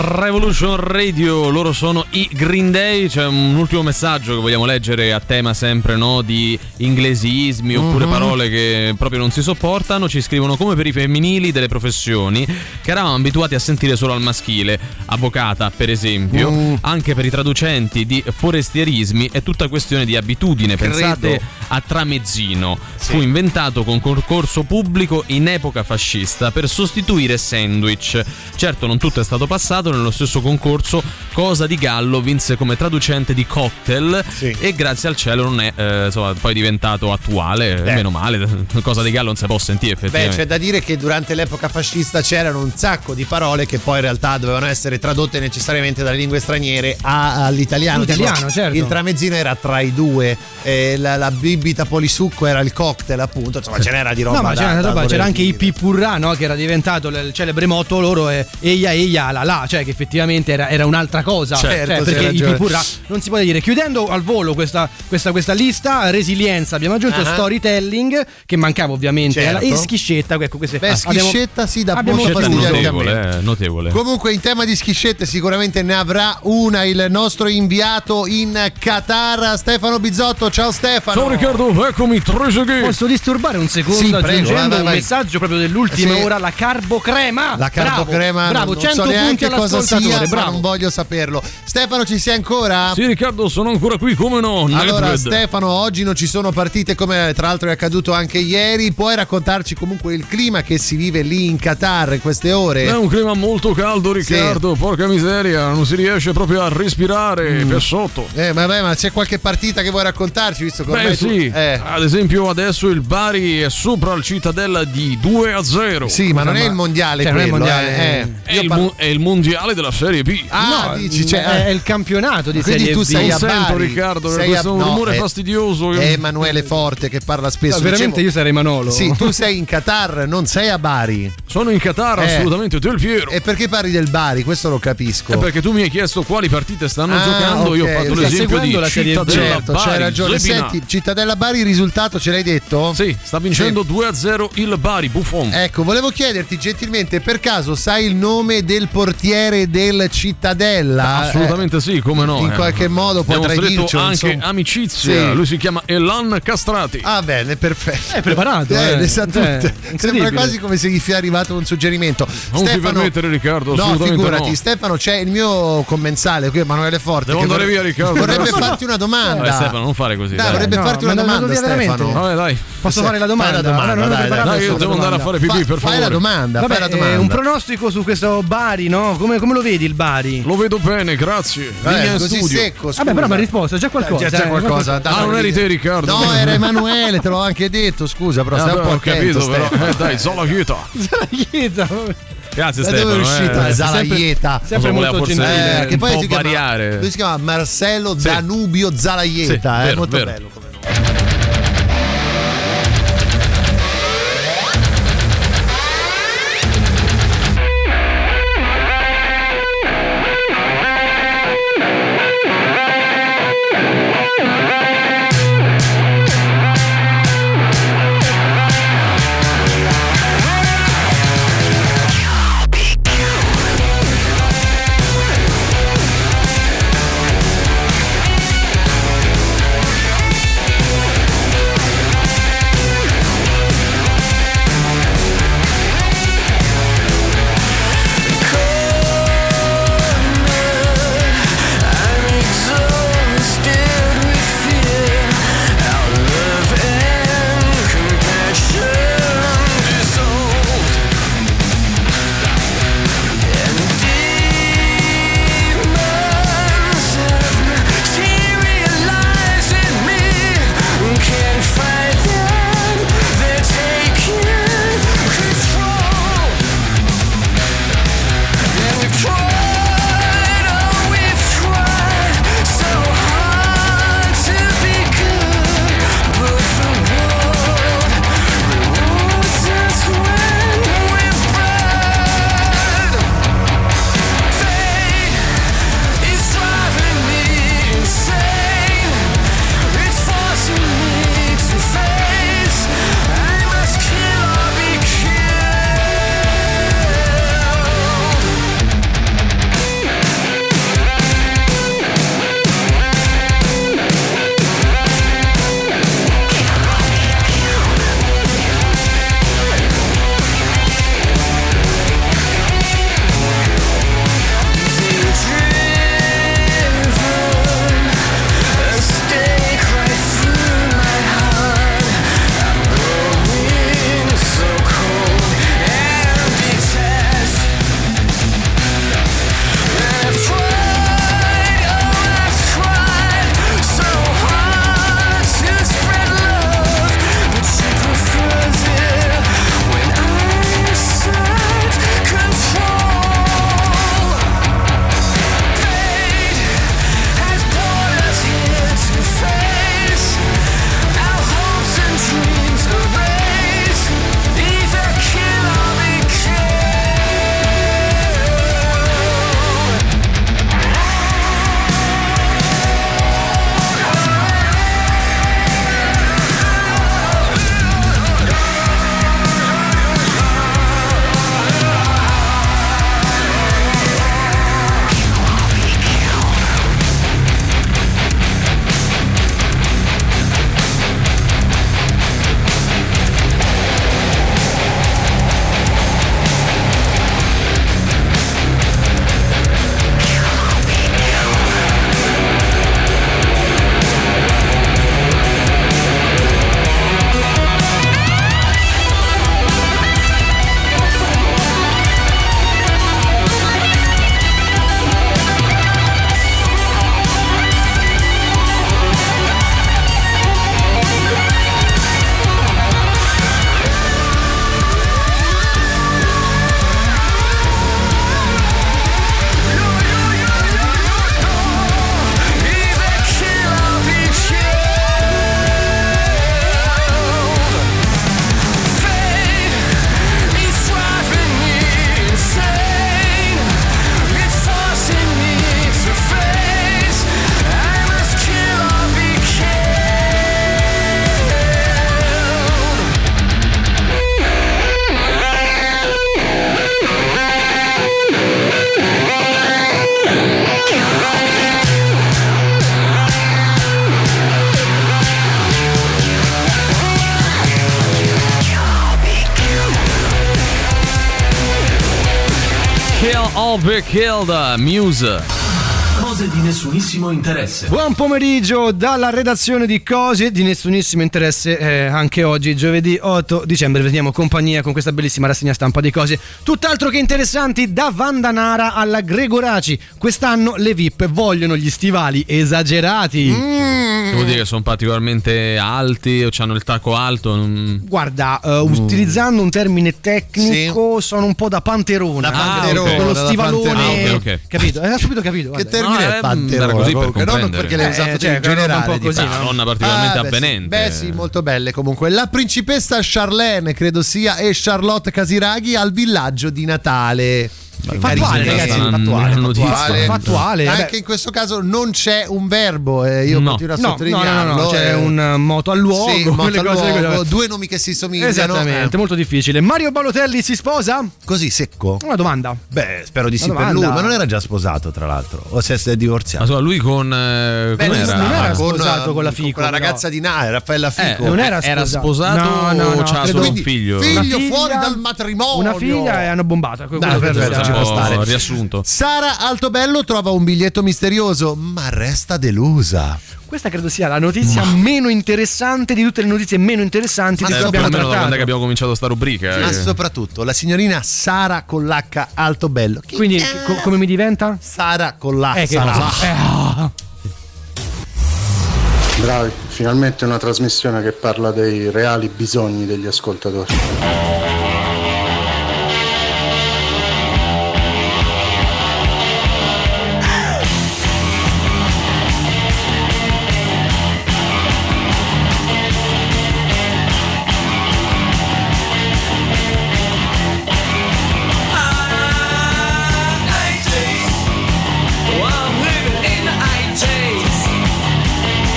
Revolution Radio, loro sono i Green Day. C'è un ultimo messaggio che vogliamo leggere a tema sempre, no, di inglesismi oppure Mhm. parole che proprio non si sopportano. Ci scrivono: come per i femminili delle professioni che eravamo abituati a sentire solo al maschile, avvocata per esempio, Mm. anche per i traducenti di forestierismi è tutta questione di abitudine. Credo. Pensate a tramezzino, fu inventato con concorso pubblico in epoca fascista per sostituire sandwich. Certo, non tutto è stato passato. Nello stesso concorso Cosa di Gallo vinse come traducente di cocktail e grazie al cielo non è eh, insomma, poi diventato attuale. Beh. Meno male, Cosa di Gallo non si può sentire Beh, effettivamente. c'è da dire che durante l'epoca fascista c'erano un sacco di parole che poi in realtà dovevano essere tradotte necessariamente dalle lingue straniere a- all'italiano. L'italiano, Tipo, certo. Il tramezzino era tra i due, eh, la, la bibita polisucco era il cocktail, appunto. Insomma, ce n'era di roba. No, ma da- c'era, da roba, voler c'era anche dire. i Pipurra, no? Che era diventato il celebre motto loro è Eia Eia la la, cioè che effettivamente era, era un'altra cosa. Certo, Cioè, c'hai perché i ragione. Pipurra non si può dire. Chiudendo al volo questa, questa, questa lista, resilienza, abbiamo aggiunto Ah. storytelling, che mancava ovviamente, Certo. e schiscetta. Ecco, queste Beh, abbiamo- schiscetta sì, da abbiamo molto chiuso. fastidio anche a me. Notevole, eh, notevole. Comunque in tema di schiscette sicuramente ne avrà una il nostro inviato in Qatar, Stefano Bizzotto. Ciao Stefano. Ciao Riccardo, eccomi, tre seghe. Posso disturbare un secondo Sì, prego, aggiungendo vai, vai, un vai. messaggio proprio dell'ultima Sì. ora, la carbocrema. La carbocrema, bravo, bravo, non cento so punti neanche cosa all'ascoltatore, sia, ma bravo. non voglio saperlo. Stefano, ci sei ancora? Sì, Riccardo, sono ancora qui, come no? Allora, Nedved. Stefano, oggi non ci sono partite come tra l'altro è accaduto anche ieri. Puoi raccontarci comunque il clima che si vive lì in Qatar in queste ore? È un clima molto caldo, Riccardo, porca miseria, non si riesce proprio a respirare Mm. per sotto. Eh, vabbè, ma c'è qualche partita che vuoi raccontarci, visto che ormai Beh tu- sì, eh. ad esempio adesso il Bari è sopra il Cittadella di due a zero. Sì, ma non è il mondiale Cioè, non è il quello, mondiale, eh. Eh. È Io il, parlo- mo- è il mondiale della Serie B. Ah, No, dici, cioè, è, è il campionato di quindi Serie tu B. sei Non a sento, Bari. Riccardo, Sei questo a- è un no, rumore è- fastidioso. È Emanuele Forte che parla spesso. No, veramente Dicevo- io sarei Manolo. Sì, tu sei in Qatar, non sei a Bari. Sono in Qatar, Eh. assolutamente, Del Piero. E perché parli del Bari? Questo lo capisco. È perché tu mi hai chiesto quali partite stanno Ah, giocando, io ho ok. fatto Sta l'esempio seguendo di la Serie B. Cittadella Certo, Bari. c'hai ragione. Zebina. Senti, Cittadella Bari, il risultato ce l'hai detto? Sì, sta vincendo due a zero il Bari, Buffon. Ecco, volevo chiederti gentilmente, per caso sai il nome del portiere del Cittadella? Assolutamente sì, come no. Eh, In eh. qualche modo Abbiamo potrai stretto dircelo, anche insomma. amicizia. Sì. Lui si chiama Elan Castrati. Ah, bene, perfetto. È preparato, Eh, eh. le sa Cioè, tutte. incredibile. Sembra quasi come se gli sia arrivato un suggerimento. Non ti Stefano, permettere, Riccardo, no, assolutamente figurati, no. Stefano, c'è il mio commensale qui, Emanuele Forte. Devo che andare vorre- via, Riccardo. Vorrebbe Grazie. farti una domanda. Vabbè, Stefano, non fare così. Dai, dai. vorrebbe No, farti ma una non lo domanda, devi veramente? Stefano. Vabbè, dai. Posso Sì, fare la domanda? fai la domanda, Allora, non dai, ero dai. preparato Dai, io sulla devo andare a domanda. fare pipì, Fa- per fai favore. la domanda, Vabbè, fai la eh, domanda. un pronostico su questo Bari, no? Come, come lo vedi il Bari? Lo vedo bene, grazie. Eh, Linea in così studio. secco, scusa. Vabbè, però mi ha risposto, c'è qualcosa. Già c'è eh, qualcosa. Ah, non eri te, Riccardo. No, era Emanuele, te l'ho anche detto, scusa, però Ah, stai un beh, po' ho attento, capito, però. Stefano. Eh, dai, Zola Chieta. Chiesa. Grazie, Da Stefano. dove è uscito eh. Zalaieta? Sempre Voleva molto forse, gentile. eh, che poi un si po' chiama, variare. lui si chiama Marcello Sì. Danubio Zalaieta, Sì, è vero, molto vero. bello come nome. I'll Be Killed, Muse. Cose di nessunissimo interesse. Buon pomeriggio dalla redazione di Cose di nessunissimo interesse. Eh, anche oggi, giovedì otto dicembre, vediamo compagnia con questa bellissima rassegna stampa di cose tutt'altro che interessanti. Da Vandanara alla Gregoraci, quest'anno le V I P vogliono gli stivali esagerati. Mm. Vuol dire che sono particolarmente alti o hanno il tacco alto? Non... Guarda, uh, mm. utilizzando un termine tecnico, sì. sono un po' da panterona. Da panterona, ah, okay. Quello stivalone. Ah, okay, okay. Capito? Hai subito capito. Che guarda. termine no, è panterona? Così per comunque, non perché l'hai usato eh, cioè, in generale, un po' così, no? Una donna particolarmente ah, beh, avvenente. Sì. Beh sì, molto belle comunque. La principessa Charlene, credo sia, e Charlotte Casiraghi al villaggio di Natale. Fattuale, ragazzi, fattuale, fattuale, fattuale. Anche Beh. in questo caso non c'è un verbo, eh, io no. continuo a no, sottolinearlo. No, no, no, c'è eh. un moto al luogo, sì, moto al cose luogo che... due nomi che si somigliano. Esattamente, eh. molto difficile. Mario Balotelli si sposa? Così secco? Una domanda. Beh, spero di sì Una per domanda. lui, ma non era già sposato tra l'altro, o se è divorziato? Ma scusa, lui con eh, Beh, com'era? non era con, sposato con la Fico, con la però. ragazza di Nare, Raffaella Fico. Eh, non era era sposato, sposato no, no, no, o c'ha credo- solo un figlio? Figlio Una figlia- fuori dal matrimonio. Una figlia e hanno bombato. Quello Dai, per- perfetto, per- ci può stare. Riassunto. Sara Altobello trova un biglietto misterioso, ma resta delusa. Questa credo sia la notizia ma. meno interessante di tutte le notizie meno interessanti Ma di cui Eh, abbiamo almeno da trattato. quando è che abbiamo cominciato sta rubrica. Ma eh. soprattutto la signorina Sara con l'H Altobello. Chi Quindi è? co- come mi diventa? Sara con l'H. Eh, che Sara. cosa? Eh, ah. Bravi, finalmente una trasmissione che parla dei reali bisogni degli ascoltatori.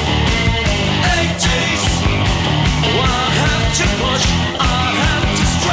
Push, I have to struggle.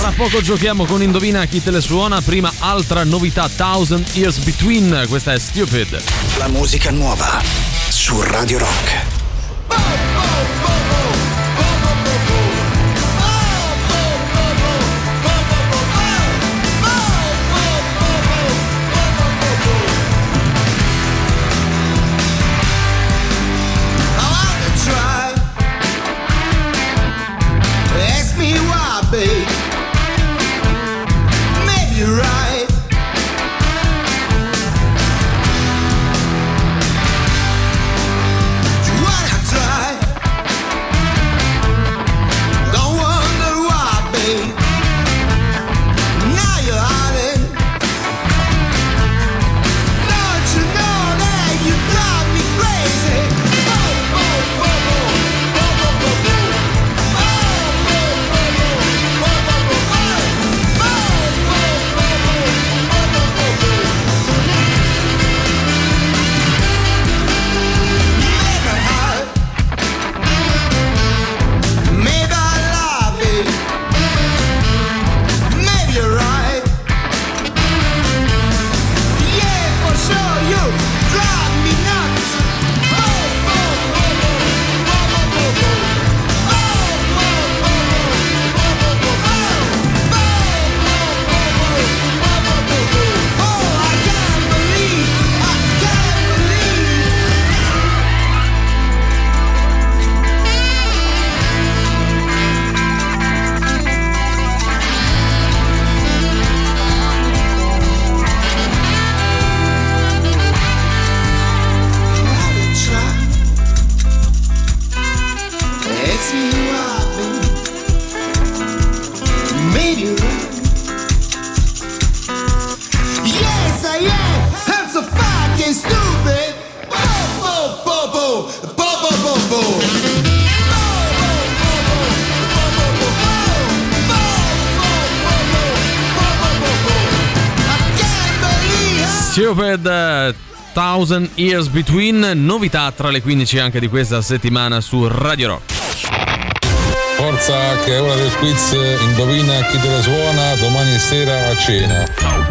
Tra poco giochiamo con Indovina chi te le suona. Prima altra novità, Thousand Years Between. Questa è Stupid. La musica nuova su Radio Rock. Stupid, Thousand Years Between, novità tra le quindici anche di questa settimana su Radio Rock. Forza che è ora del quiz, indovina chi te la suona domani sera a cena.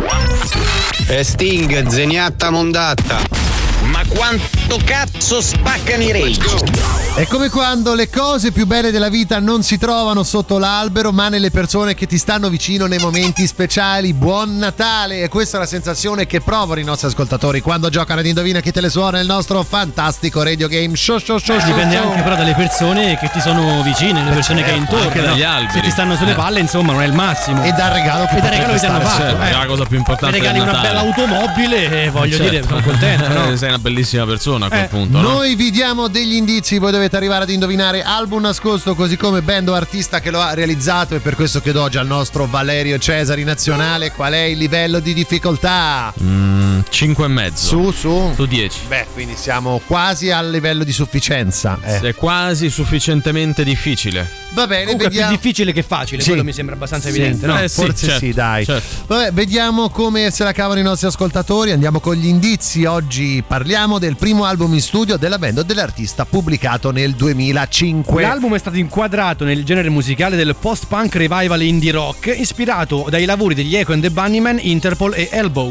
E Sting, zeniatta mondatta. Ma quanto cazzo spaccano i rage? È come quando le cose più belle della vita non si trovano sotto l'albero, ma nelle persone che ti stanno vicino nei momenti speciali. Buon Natale! E questa è la sensazione che provano i nostri ascoltatori quando giocano ad Indovina chi te le suona, il nostro fantastico radio game show show show. Eh, dipende show. anche però dalle persone che ti sono vicine, le persone eh, che hai intorno. Anche dagli alberi. Se ti stanno sulle palle, insomma, non è il massimo. E dal regalo che, e dal regalo che ti hanno fatto. Certo, eh. è la cosa più importante. Mi regali del una Natale. bella automobile e voglio certo. dire, sono contento. No? Sei una bellissima persona a quel Eh, punto. No? Noi vi diamo degli indizi, voi dovete arrivare ad indovinare album nascosto, così come band o artista che lo ha realizzato, e per questo chiedo oggi al nostro Valerio Cesari nazionale qual è il livello di difficoltà. Mm, cinque e mezzo. Su, su. Su dieci. Beh, quindi siamo quasi al livello di sufficienza. Eh. È quasi sufficientemente difficile. Va bene, Comunque vediamo. è più difficile che facile, Sì. quello mi sembra abbastanza Sì. evidente, no? Eh, sì, Forse certo, sì, dai. certo. Vabbè, vediamo come se la cavano i nostri ascoltatori. Andiamo con gli indizi. Oggi parliamo del primo album in studio della band o dell'artista pubblicato nel duemilacinque. L'album è stato inquadrato nel genere musicale del post-punk revival indie rock, ispirato dai lavori degli Echo and the Bunnymen, Interpol e Elbow.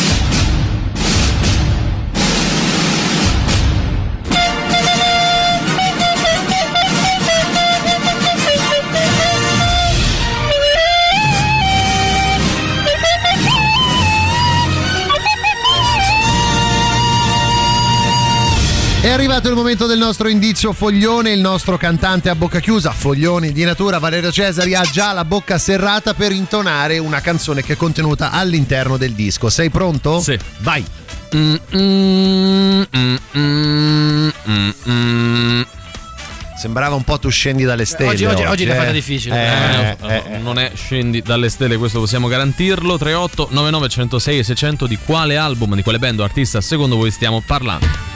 È arrivato il momento del nostro indizio foglione. Il nostro cantante a bocca chiusa, foglioni di natura, Valerio Cesari, ha già la bocca serrata per intonare una canzone che è contenuta all'interno del disco. Sei pronto? Sì. Vai. Mm, mm, mm, mm, mm, mm. Sembrava un po' tu scendi dalle stelle. Oggi, oggi, oggi eh. l'hai fatta difficile. Eh, Eh, eh, non è scendi dalle stelle, questo possiamo garantirlo. Tre otto nove nove uno zero sei sei zero zero. Di quale album, di quale band o artista secondo voi stiamo parlando?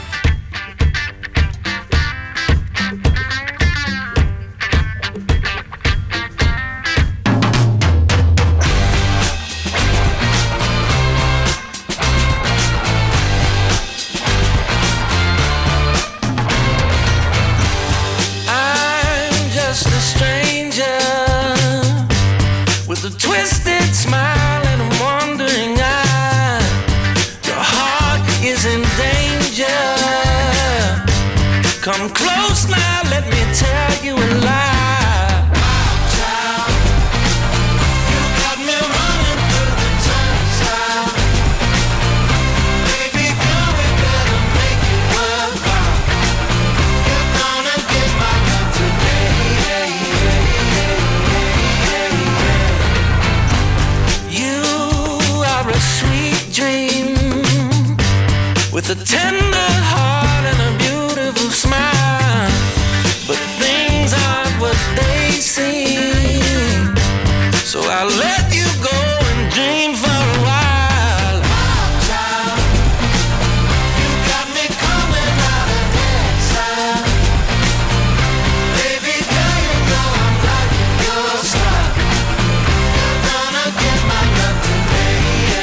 I'm just a stranger with a a twisted smile and a wandering eye. Your heart is in danger. Come close now, let me tell you a lie. With a tender heart and a beautiful smile, but things aren't what they seem. So I'll let you go and dream for a while. Child, you got me coming out of exile. Baby girl, you know I'm liking your style. You're gonna get my love today.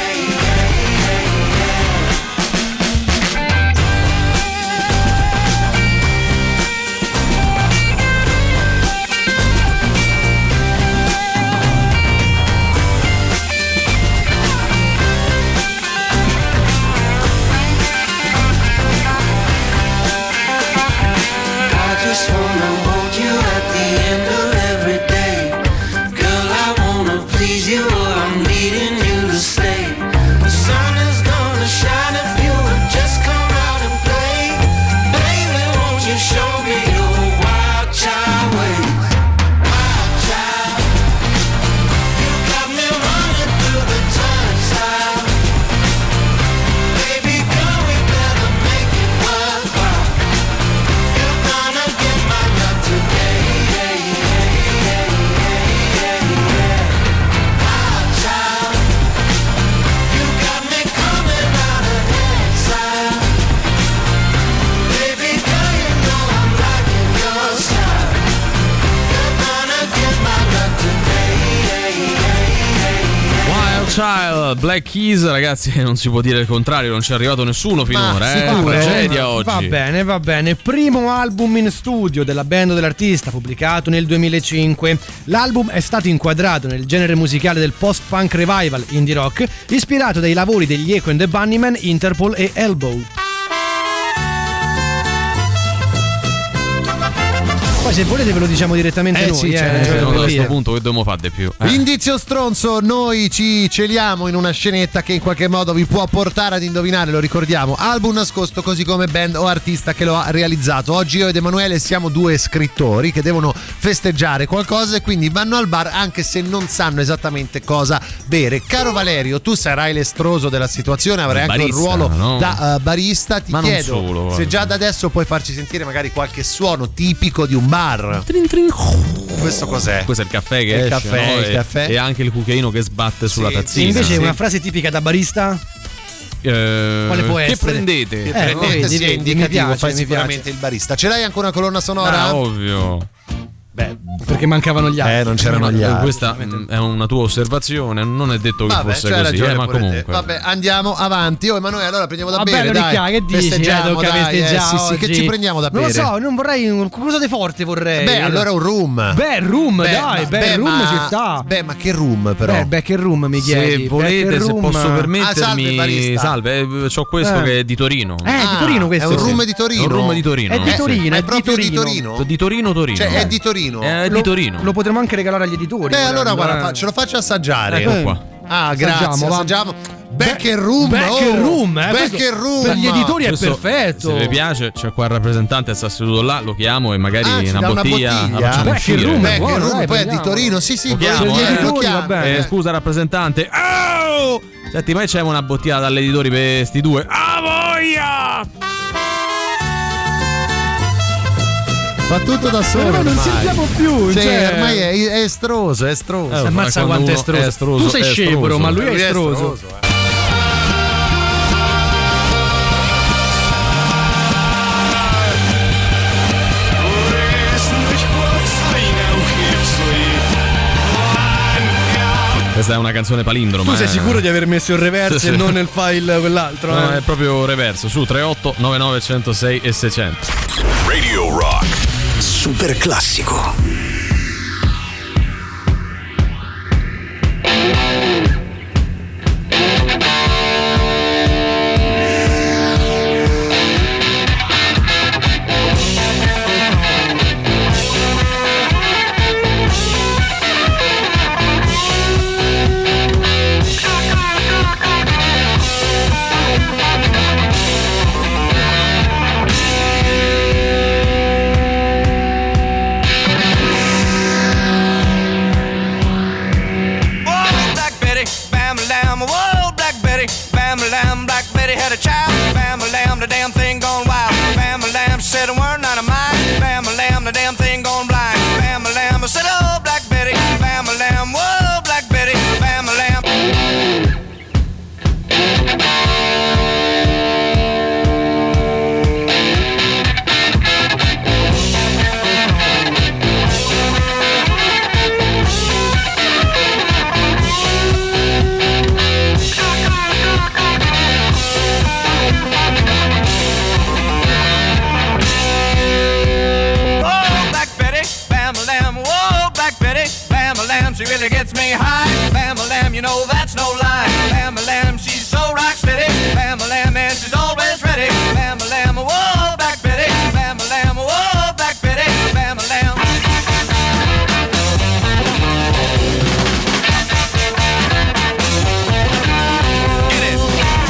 Child, Black Keys, ragazzi, non si può dire il contrario, non ci è arrivato nessuno finora, eh. Sicuro, tragedia eh? oggi. Va bene, va bene. Primo album in studio della band dell'artista, pubblicato nel duemilacinque. L'album è stato inquadrato nel genere musicale del post-punk revival indie rock, ispirato dai lavori degli Echo and the Bunnymen, Interpol e Elbow. Poi se volete ve lo diciamo direttamente Eh noi, sì, eh, cioè, cioè, a per questo dire. punto che dobbiamo fare di più? Eh. Indizio stronzo, noi ci celiamo in una scenetta che in qualche modo vi può portare ad indovinare, lo ricordiamo, album nascosto così come band o artista che lo ha realizzato. Oggi io ed Emanuele siamo due scrittori che devono festeggiare qualcosa e quindi vanno al bar anche se non sanno esattamente cosa bere. Caro Valerio, tu sarai l'estroso della situazione, avrai anche Barista, un ruolo no? da uh, barista, ti Ma non chiedo solo, se guarda. già da adesso puoi farci sentire magari qualche suono tipico di un bar. Questo cos'è? Questo è il caffè che Il esce, caffè, no? il e, caffè. e anche il cucchiaino che sbatte sulla Sì, E tazzina. invece sì. una frase tipica da barista? Eh, Quale può che essere? prendete? Che Eh, prendete vedi, sia vedi, indicativo, mi piace, fai mi sicuramente piace. il barista. Ce l'hai anche una colonna sonora? Ah, ovvio. Beh, Perché mancavano gli altri. Eh, non c'erano gli altri. Questa mh, è una tua osservazione, non è detto che Vabbè, fosse c'hai così, ragione eh, ma pure te. comunque. Vabbè, andiamo avanti. Oh, Emanuele, allora prendiamo da Vabbè, bere, dai. Ricca, che dici? Festeggiamo, Eh, tocca dai, festeggiare eh, sì, sì, che oggi. ci prendiamo da Non bere? lo so, non vorrei un- qualcosa di forte vorrei. Beh, allora un rum. Beh, rum, Beh, dai, ma- beh, beh, rum ma- ci sta. Beh, ma che rum però? Beh, beh, che rum mi chiedi? Se volete, Beh, che se rum. posso permettermi, Ah, salve, barista. salve, eh, c'ho questo Eh. che è di Torino. Eh, di Torino questo. È un sì. rum di Torino. È un rum di Torino. È di Eh, Torino, Ma è è proprio di di Torino. Torino? Di Torino, Torino. Cioè, è di Torino? È Lo- di Torino. Lo potremmo anche regalare agli editori. Beh, allora volendo, guarda, eh. fa- ce lo faccio assaggiare. Ecco qua. Ah, grazie. Assaggiamo, va. Assaggiamo. Beck and rum. Beck oh. and rum, eh, Beck questo and rum. per gli editori è Questo, perfetto. Se vi piace, c'è qua il rappresentante, sta seduto là, lo chiamo e magari Ah, ci una, dà una bottiglia, bottiglia? la facciamo Beck and uscire. rum, Beck buono, and rum, dai, poi è di prendiamo. Torino. Sì, sì, Lo chiamo, volentieri, eh. lo Editori, chiamo. va bene. Eh, scusa rappresentante. Oh! Senti, ma c'è una bottiglia dall'editore per sti due. Ah, voglia! Fa tutto da solo. Però non ormai. sentiamo più. Cioè, cioè- ormai è, è estroso, è estroso. Eh, Ammazza quando quanto è uno estroso. è estroso, Tu sei è scevro, estroso. ma lui è Lui è estroso. estroso, eh. Questa è una canzone palindroma. Tu sei eh. sicuro di aver messo il reverse Sì, e sì. non nel file quell'altro? No, eh? è proprio reverso. Su tre otto nove nove uno zero sei e seicento. Radio Rock. Super classico. Betty had a child. Bam, a lamb, the damn thing gone wild. Bam, a lamb, she said a word, not a mine. Bam, a lamb, the damn thing gone blind. Bam, a lamb, I said, oh, Black Betty. Bam, a lamb, whoa, Black Betty. Bam, a lamb. She really gets me high. Bam-a-lam, you know that's no lie. Bam-a-lam, she's so rock steady. Bam-a-lam, and she's always ready. Bam-a-lam, whoa, Black Betty. Bam-a-lam, whoa, Black Betty. Bam-a-lam. Get it.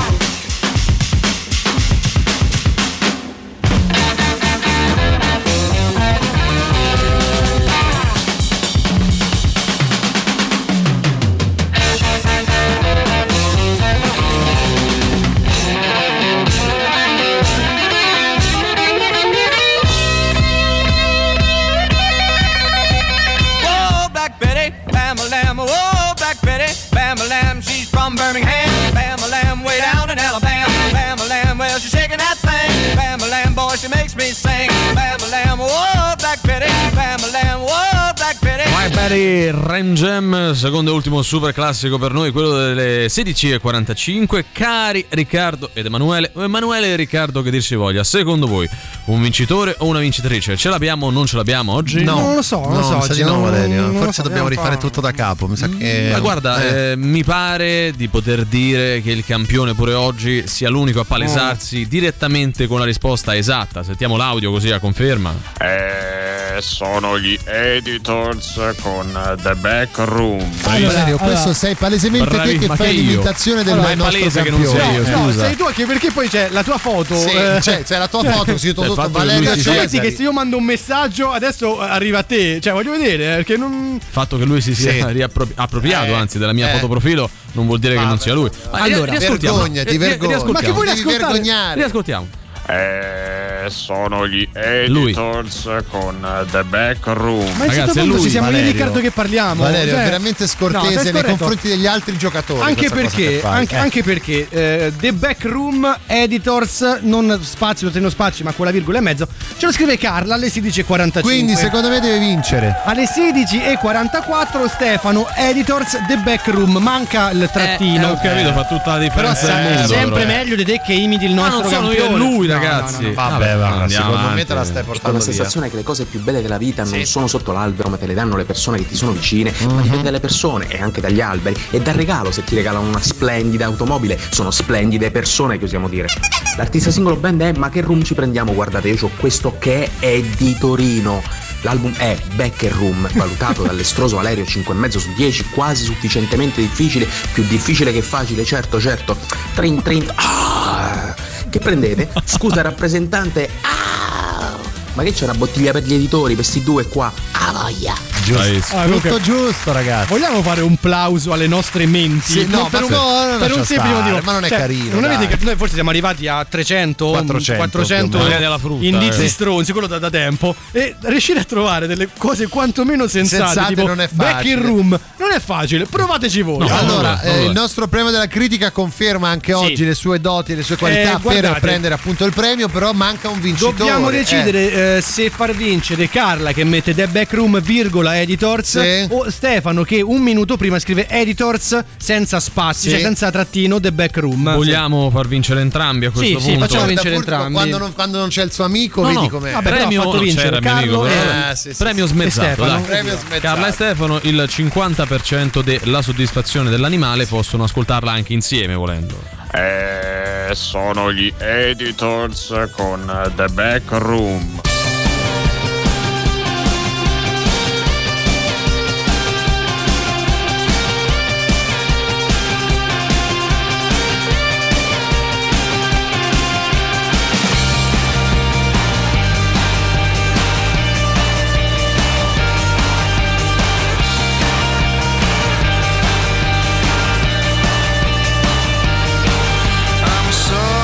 Bam-a-lam, whoa, Black Betty. Bam-a-lam, she's from Birmingham. Bam-a-lam, way down in Alabama. Bam-a-lam, well, she's shaking that thing. Bam-a-lam, boy, she makes me sing. Bam-a-lam, whoa, Black Betty. Bam-a-lam, whoa, Black Betty. My Betty, Ram Jam, secondo e ultimo super classico per noi, quello delle sedici e quarantacinque. Cari Riccardo ed Emanuele, o Emanuele e Riccardo, che dir si voglia, secondo voi un vincitore o una vincitrice? Ce l'abbiamo o non ce l'abbiamo oggi? No, non lo so, non no, lo so. mi sa di no, non- Valerio. non lo Forse so, dobbiamo dobbiamo rifare fare- tutto da capo. Mi sa che. Ma guarda, eh. eh, mi pare di poter dire che il campione pure oggi sia l'unico a palesarsi direttamente con la risposta esatta. Sentiamo l'audio così a conferma. Eh, sono gli Editors con The Back Room. Allora, Valerio, questo allora, sei palesemente bravi, te che ma fai che io? l'imitazione del Allora, è nostro palese che non campione. sei io, No, scusa. sei tu anche perché poi c'è la tua foto. Sì, eh, c'è, c'è la tua foto, così tutto, Il tutto fatto che Valerio lui si Metti Cesari. che se io mando un messaggio adesso arriva a te, cioè voglio vedere, eh, perché non. Il fatto che lui si sia Sì. riappro- appropriato Eh, anzi della mia eh. fotoprofilo non vuol dire che non sia lui. Ma Allora, ri- riascoltiamo. vergognati, Ri- ri- vergogna. riascoltiamo. Ma che vuoi Devi ascoltare? vergognare. Riascoltiamo. Eh, sono gli Lui. Editors con The Back Room. Ma a un certo Ragazzi, è punto lui, ci siamo io e Valerio. Riccardo che parliamo. Valerio cioè- è veramente No, scortese sei nei scorretto. confronti degli altri giocatori. Anche questa cosa perché, che fai. anche, Eh. anche perché eh, The Backroom Editors, non spazio, tenno spazio, ma con la virgola e mezzo, ce lo scrive Carla alle sedici e quarantacinque. Quindi secondo me deve vincere. Alle sedici e quarantaquattro Stefano, Editors, The Backroom, manca il trattino. Eh, ho capito, fa tutta la Però differenza del è mondo. sempre però. meglio di te che imiti il Ma nostro non sono io, campione. è lui, No, no, ragazzi. no, no. Vabbè, va, andiamo secondo me avanti. te la stai Con portando la via. sensazione che le cose più belle della vita non sono sotto l'albero, ma te le danno le persone che ti sono vicine, ma dipende dalle persone e anche dagli alberi. E dal regalo, se ti regalano una splendida automobile, sono splendide persone che osiamo dire. L'artista singolo band è Ma che room ci prendiamo? Guardate, io ho questo che è di Torino. L'album è Back Room, valutato dall'estroso Valerio cinque e mezzo su dieci, quasi sufficientemente difficile, più difficile che facile, certo, certo. Trin trin. Ah, che prendete? Scusa rappresentante. Ah, ma che c'è una bottiglia per gli editori, per questi due qua? Ah, voglia. Giusto. Ah, Tutto comunque- giusto, ragazzi. Vogliamo fare un plauso alle nostre menti? Sì, no, Non per ma un, no, non per lascia un semplice stare, motivo. ma non è Cioè, carino, Non dai. avete che noi forse siamo arrivati a trecento, quattrocento, quattrocento più o meno. Magari alla frutta, indizi eh. stronzi, quello da, da tempo. E riuscire a trovare delle cose quantomeno sensate, Sensate tipo non è Back in facile. Room, non è facile. Provateci voi. No, Allora, vabbè, eh, vabbè. il nostro premio della critica conferma anche Sì. oggi le sue doti e le sue qualità Eh, per guardate. prendere appunto il premio, però manca un vincitore. Dobbiamo Eh. decidere eh, se far vincere Carla che mette The Backroom virgola Editors Sì. o Stefano che un minuto prima scrive Editors senza spazi, Sì. cioè senza trattino The Backroom. Vogliamo far vincere entrambi a questo Sì, sì, punto? facciamo Guarda, vincere pur- entrambi. Quando non, quando non c'è il suo amico, No, vedi no. com'è. Vabbè, però ha Premio, fatto non vincere c'era il mio Carlo amico, e- però- Eh, sì, sì, premio sì. smezzato, E Stefano. dai. Premio smezzato. Carla e Stefano, il cinquanta per cento della soddisfazione dell'animale, possono ascoltarla anche insieme volendo. Eh, sono gli Editors con The Back Room. I'm so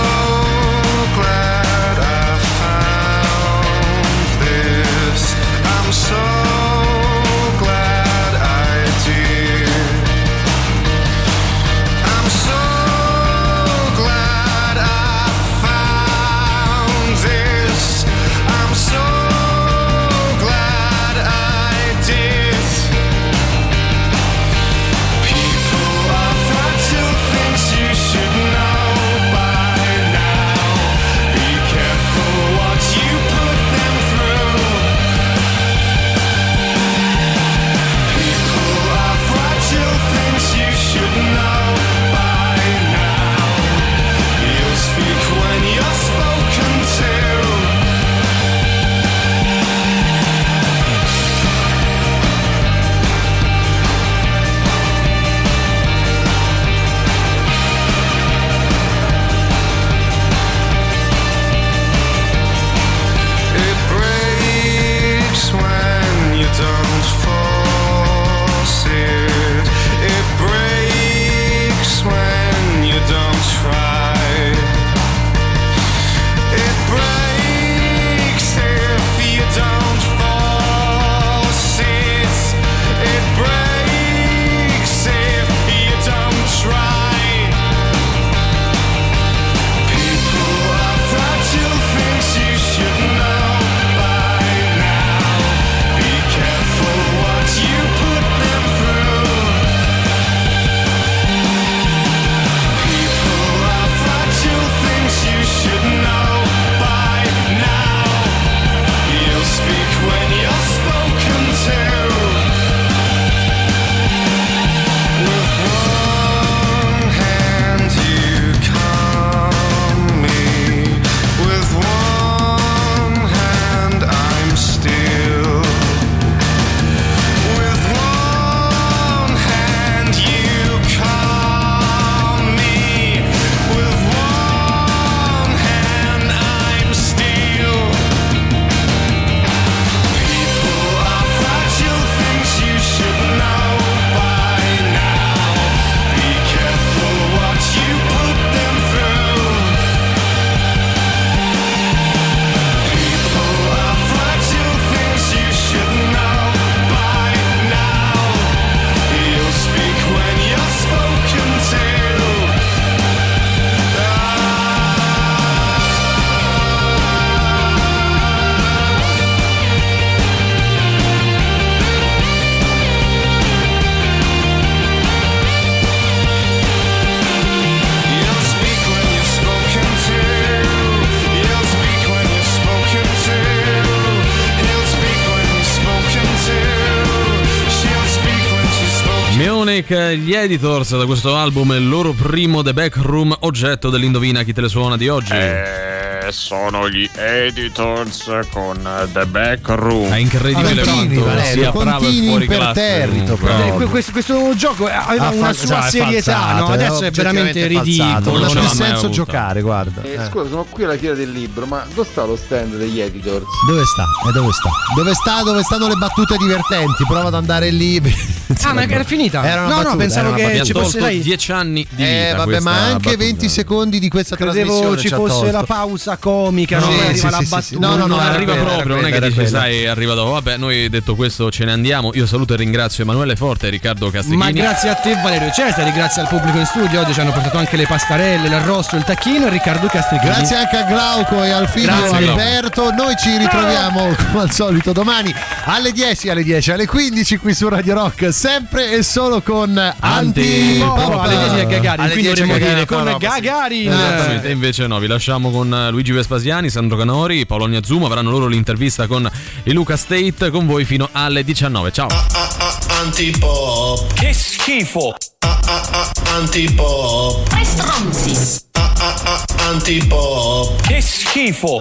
Sonic, gli Editors, da questo album, il loro primo The Backroom, oggetto dell'Indovina chi te le suona di oggi. Eh, sono gli Editors con The Backroom. È incredibile Continui, quanto Valerio, sia bravo e continui fuori classe. imperterrito, comunque. proprio. Eh, que- questo, questo gioco aveva Ah, una fa- sua cioè, è serietà, falsato, no? Adesso è veramente oggettivamente falsato, ridicolo. non ha ce più l'ha mai senso avuta. giocare, guarda. Eh, Eh. Scusa, sono qui alla fiera del libro, ma dove sta lo stand degli Editors? Dove sta? E dove sta? Dove sta? Dove stanno le battute divertenti? Prova ad andare lì. Ah, ma era finita? Era una no, battuta, no, pensavo era una che Abbiamo ci fosse tolto lei. dieci anni di vita. Eh, vabbè, questa ma anche battuta. venti secondi di questa Credevo trasmissione ci ci ha fosse tolto. la pausa comica, no? Sì, Poi sì, arriva sì, la sì, sì. battuta. No, no, non era arriva quella, era proprio, non è che quella, dici era quella. sai arriva dopo. Vabbè, noi detto questo ce ne andiamo. Io saluto e ringrazio Emanuele Forte e Riccardo Castrichini. Ma grazie a te Valerio Cesari, grazie al pubblico in studio. Oggi ci hanno portato anche le pastarelle, l'arrosto, il tacchino e Riccardo Castrichini. Grazie anche a Glauco e al figlio Grazie, Alberto. Noi ci ritroviamo come al solito domani alle dieci, alle dieci, alle quindici qui su Radio Rock, sempre e solo con Antipop. Oh, alle dieci a Gagarin, Alle quindi dieci a dovremmo dire Gagarin, con no, no, Gagarin. Esattamente, invece no, vi lasciamo con eh, Luigi Vespasiani, Sandro Canori, Paolo Agnazzuma, avranno loro l'intervista con il Luca State con voi fino alle diciannove. Ciao. Antipop. Che schifo. Antipop. Tre stronzi. Antipop. Che schifo.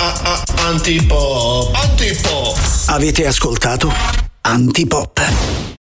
Antipop. Antipop. Avete ascoltato Antipop.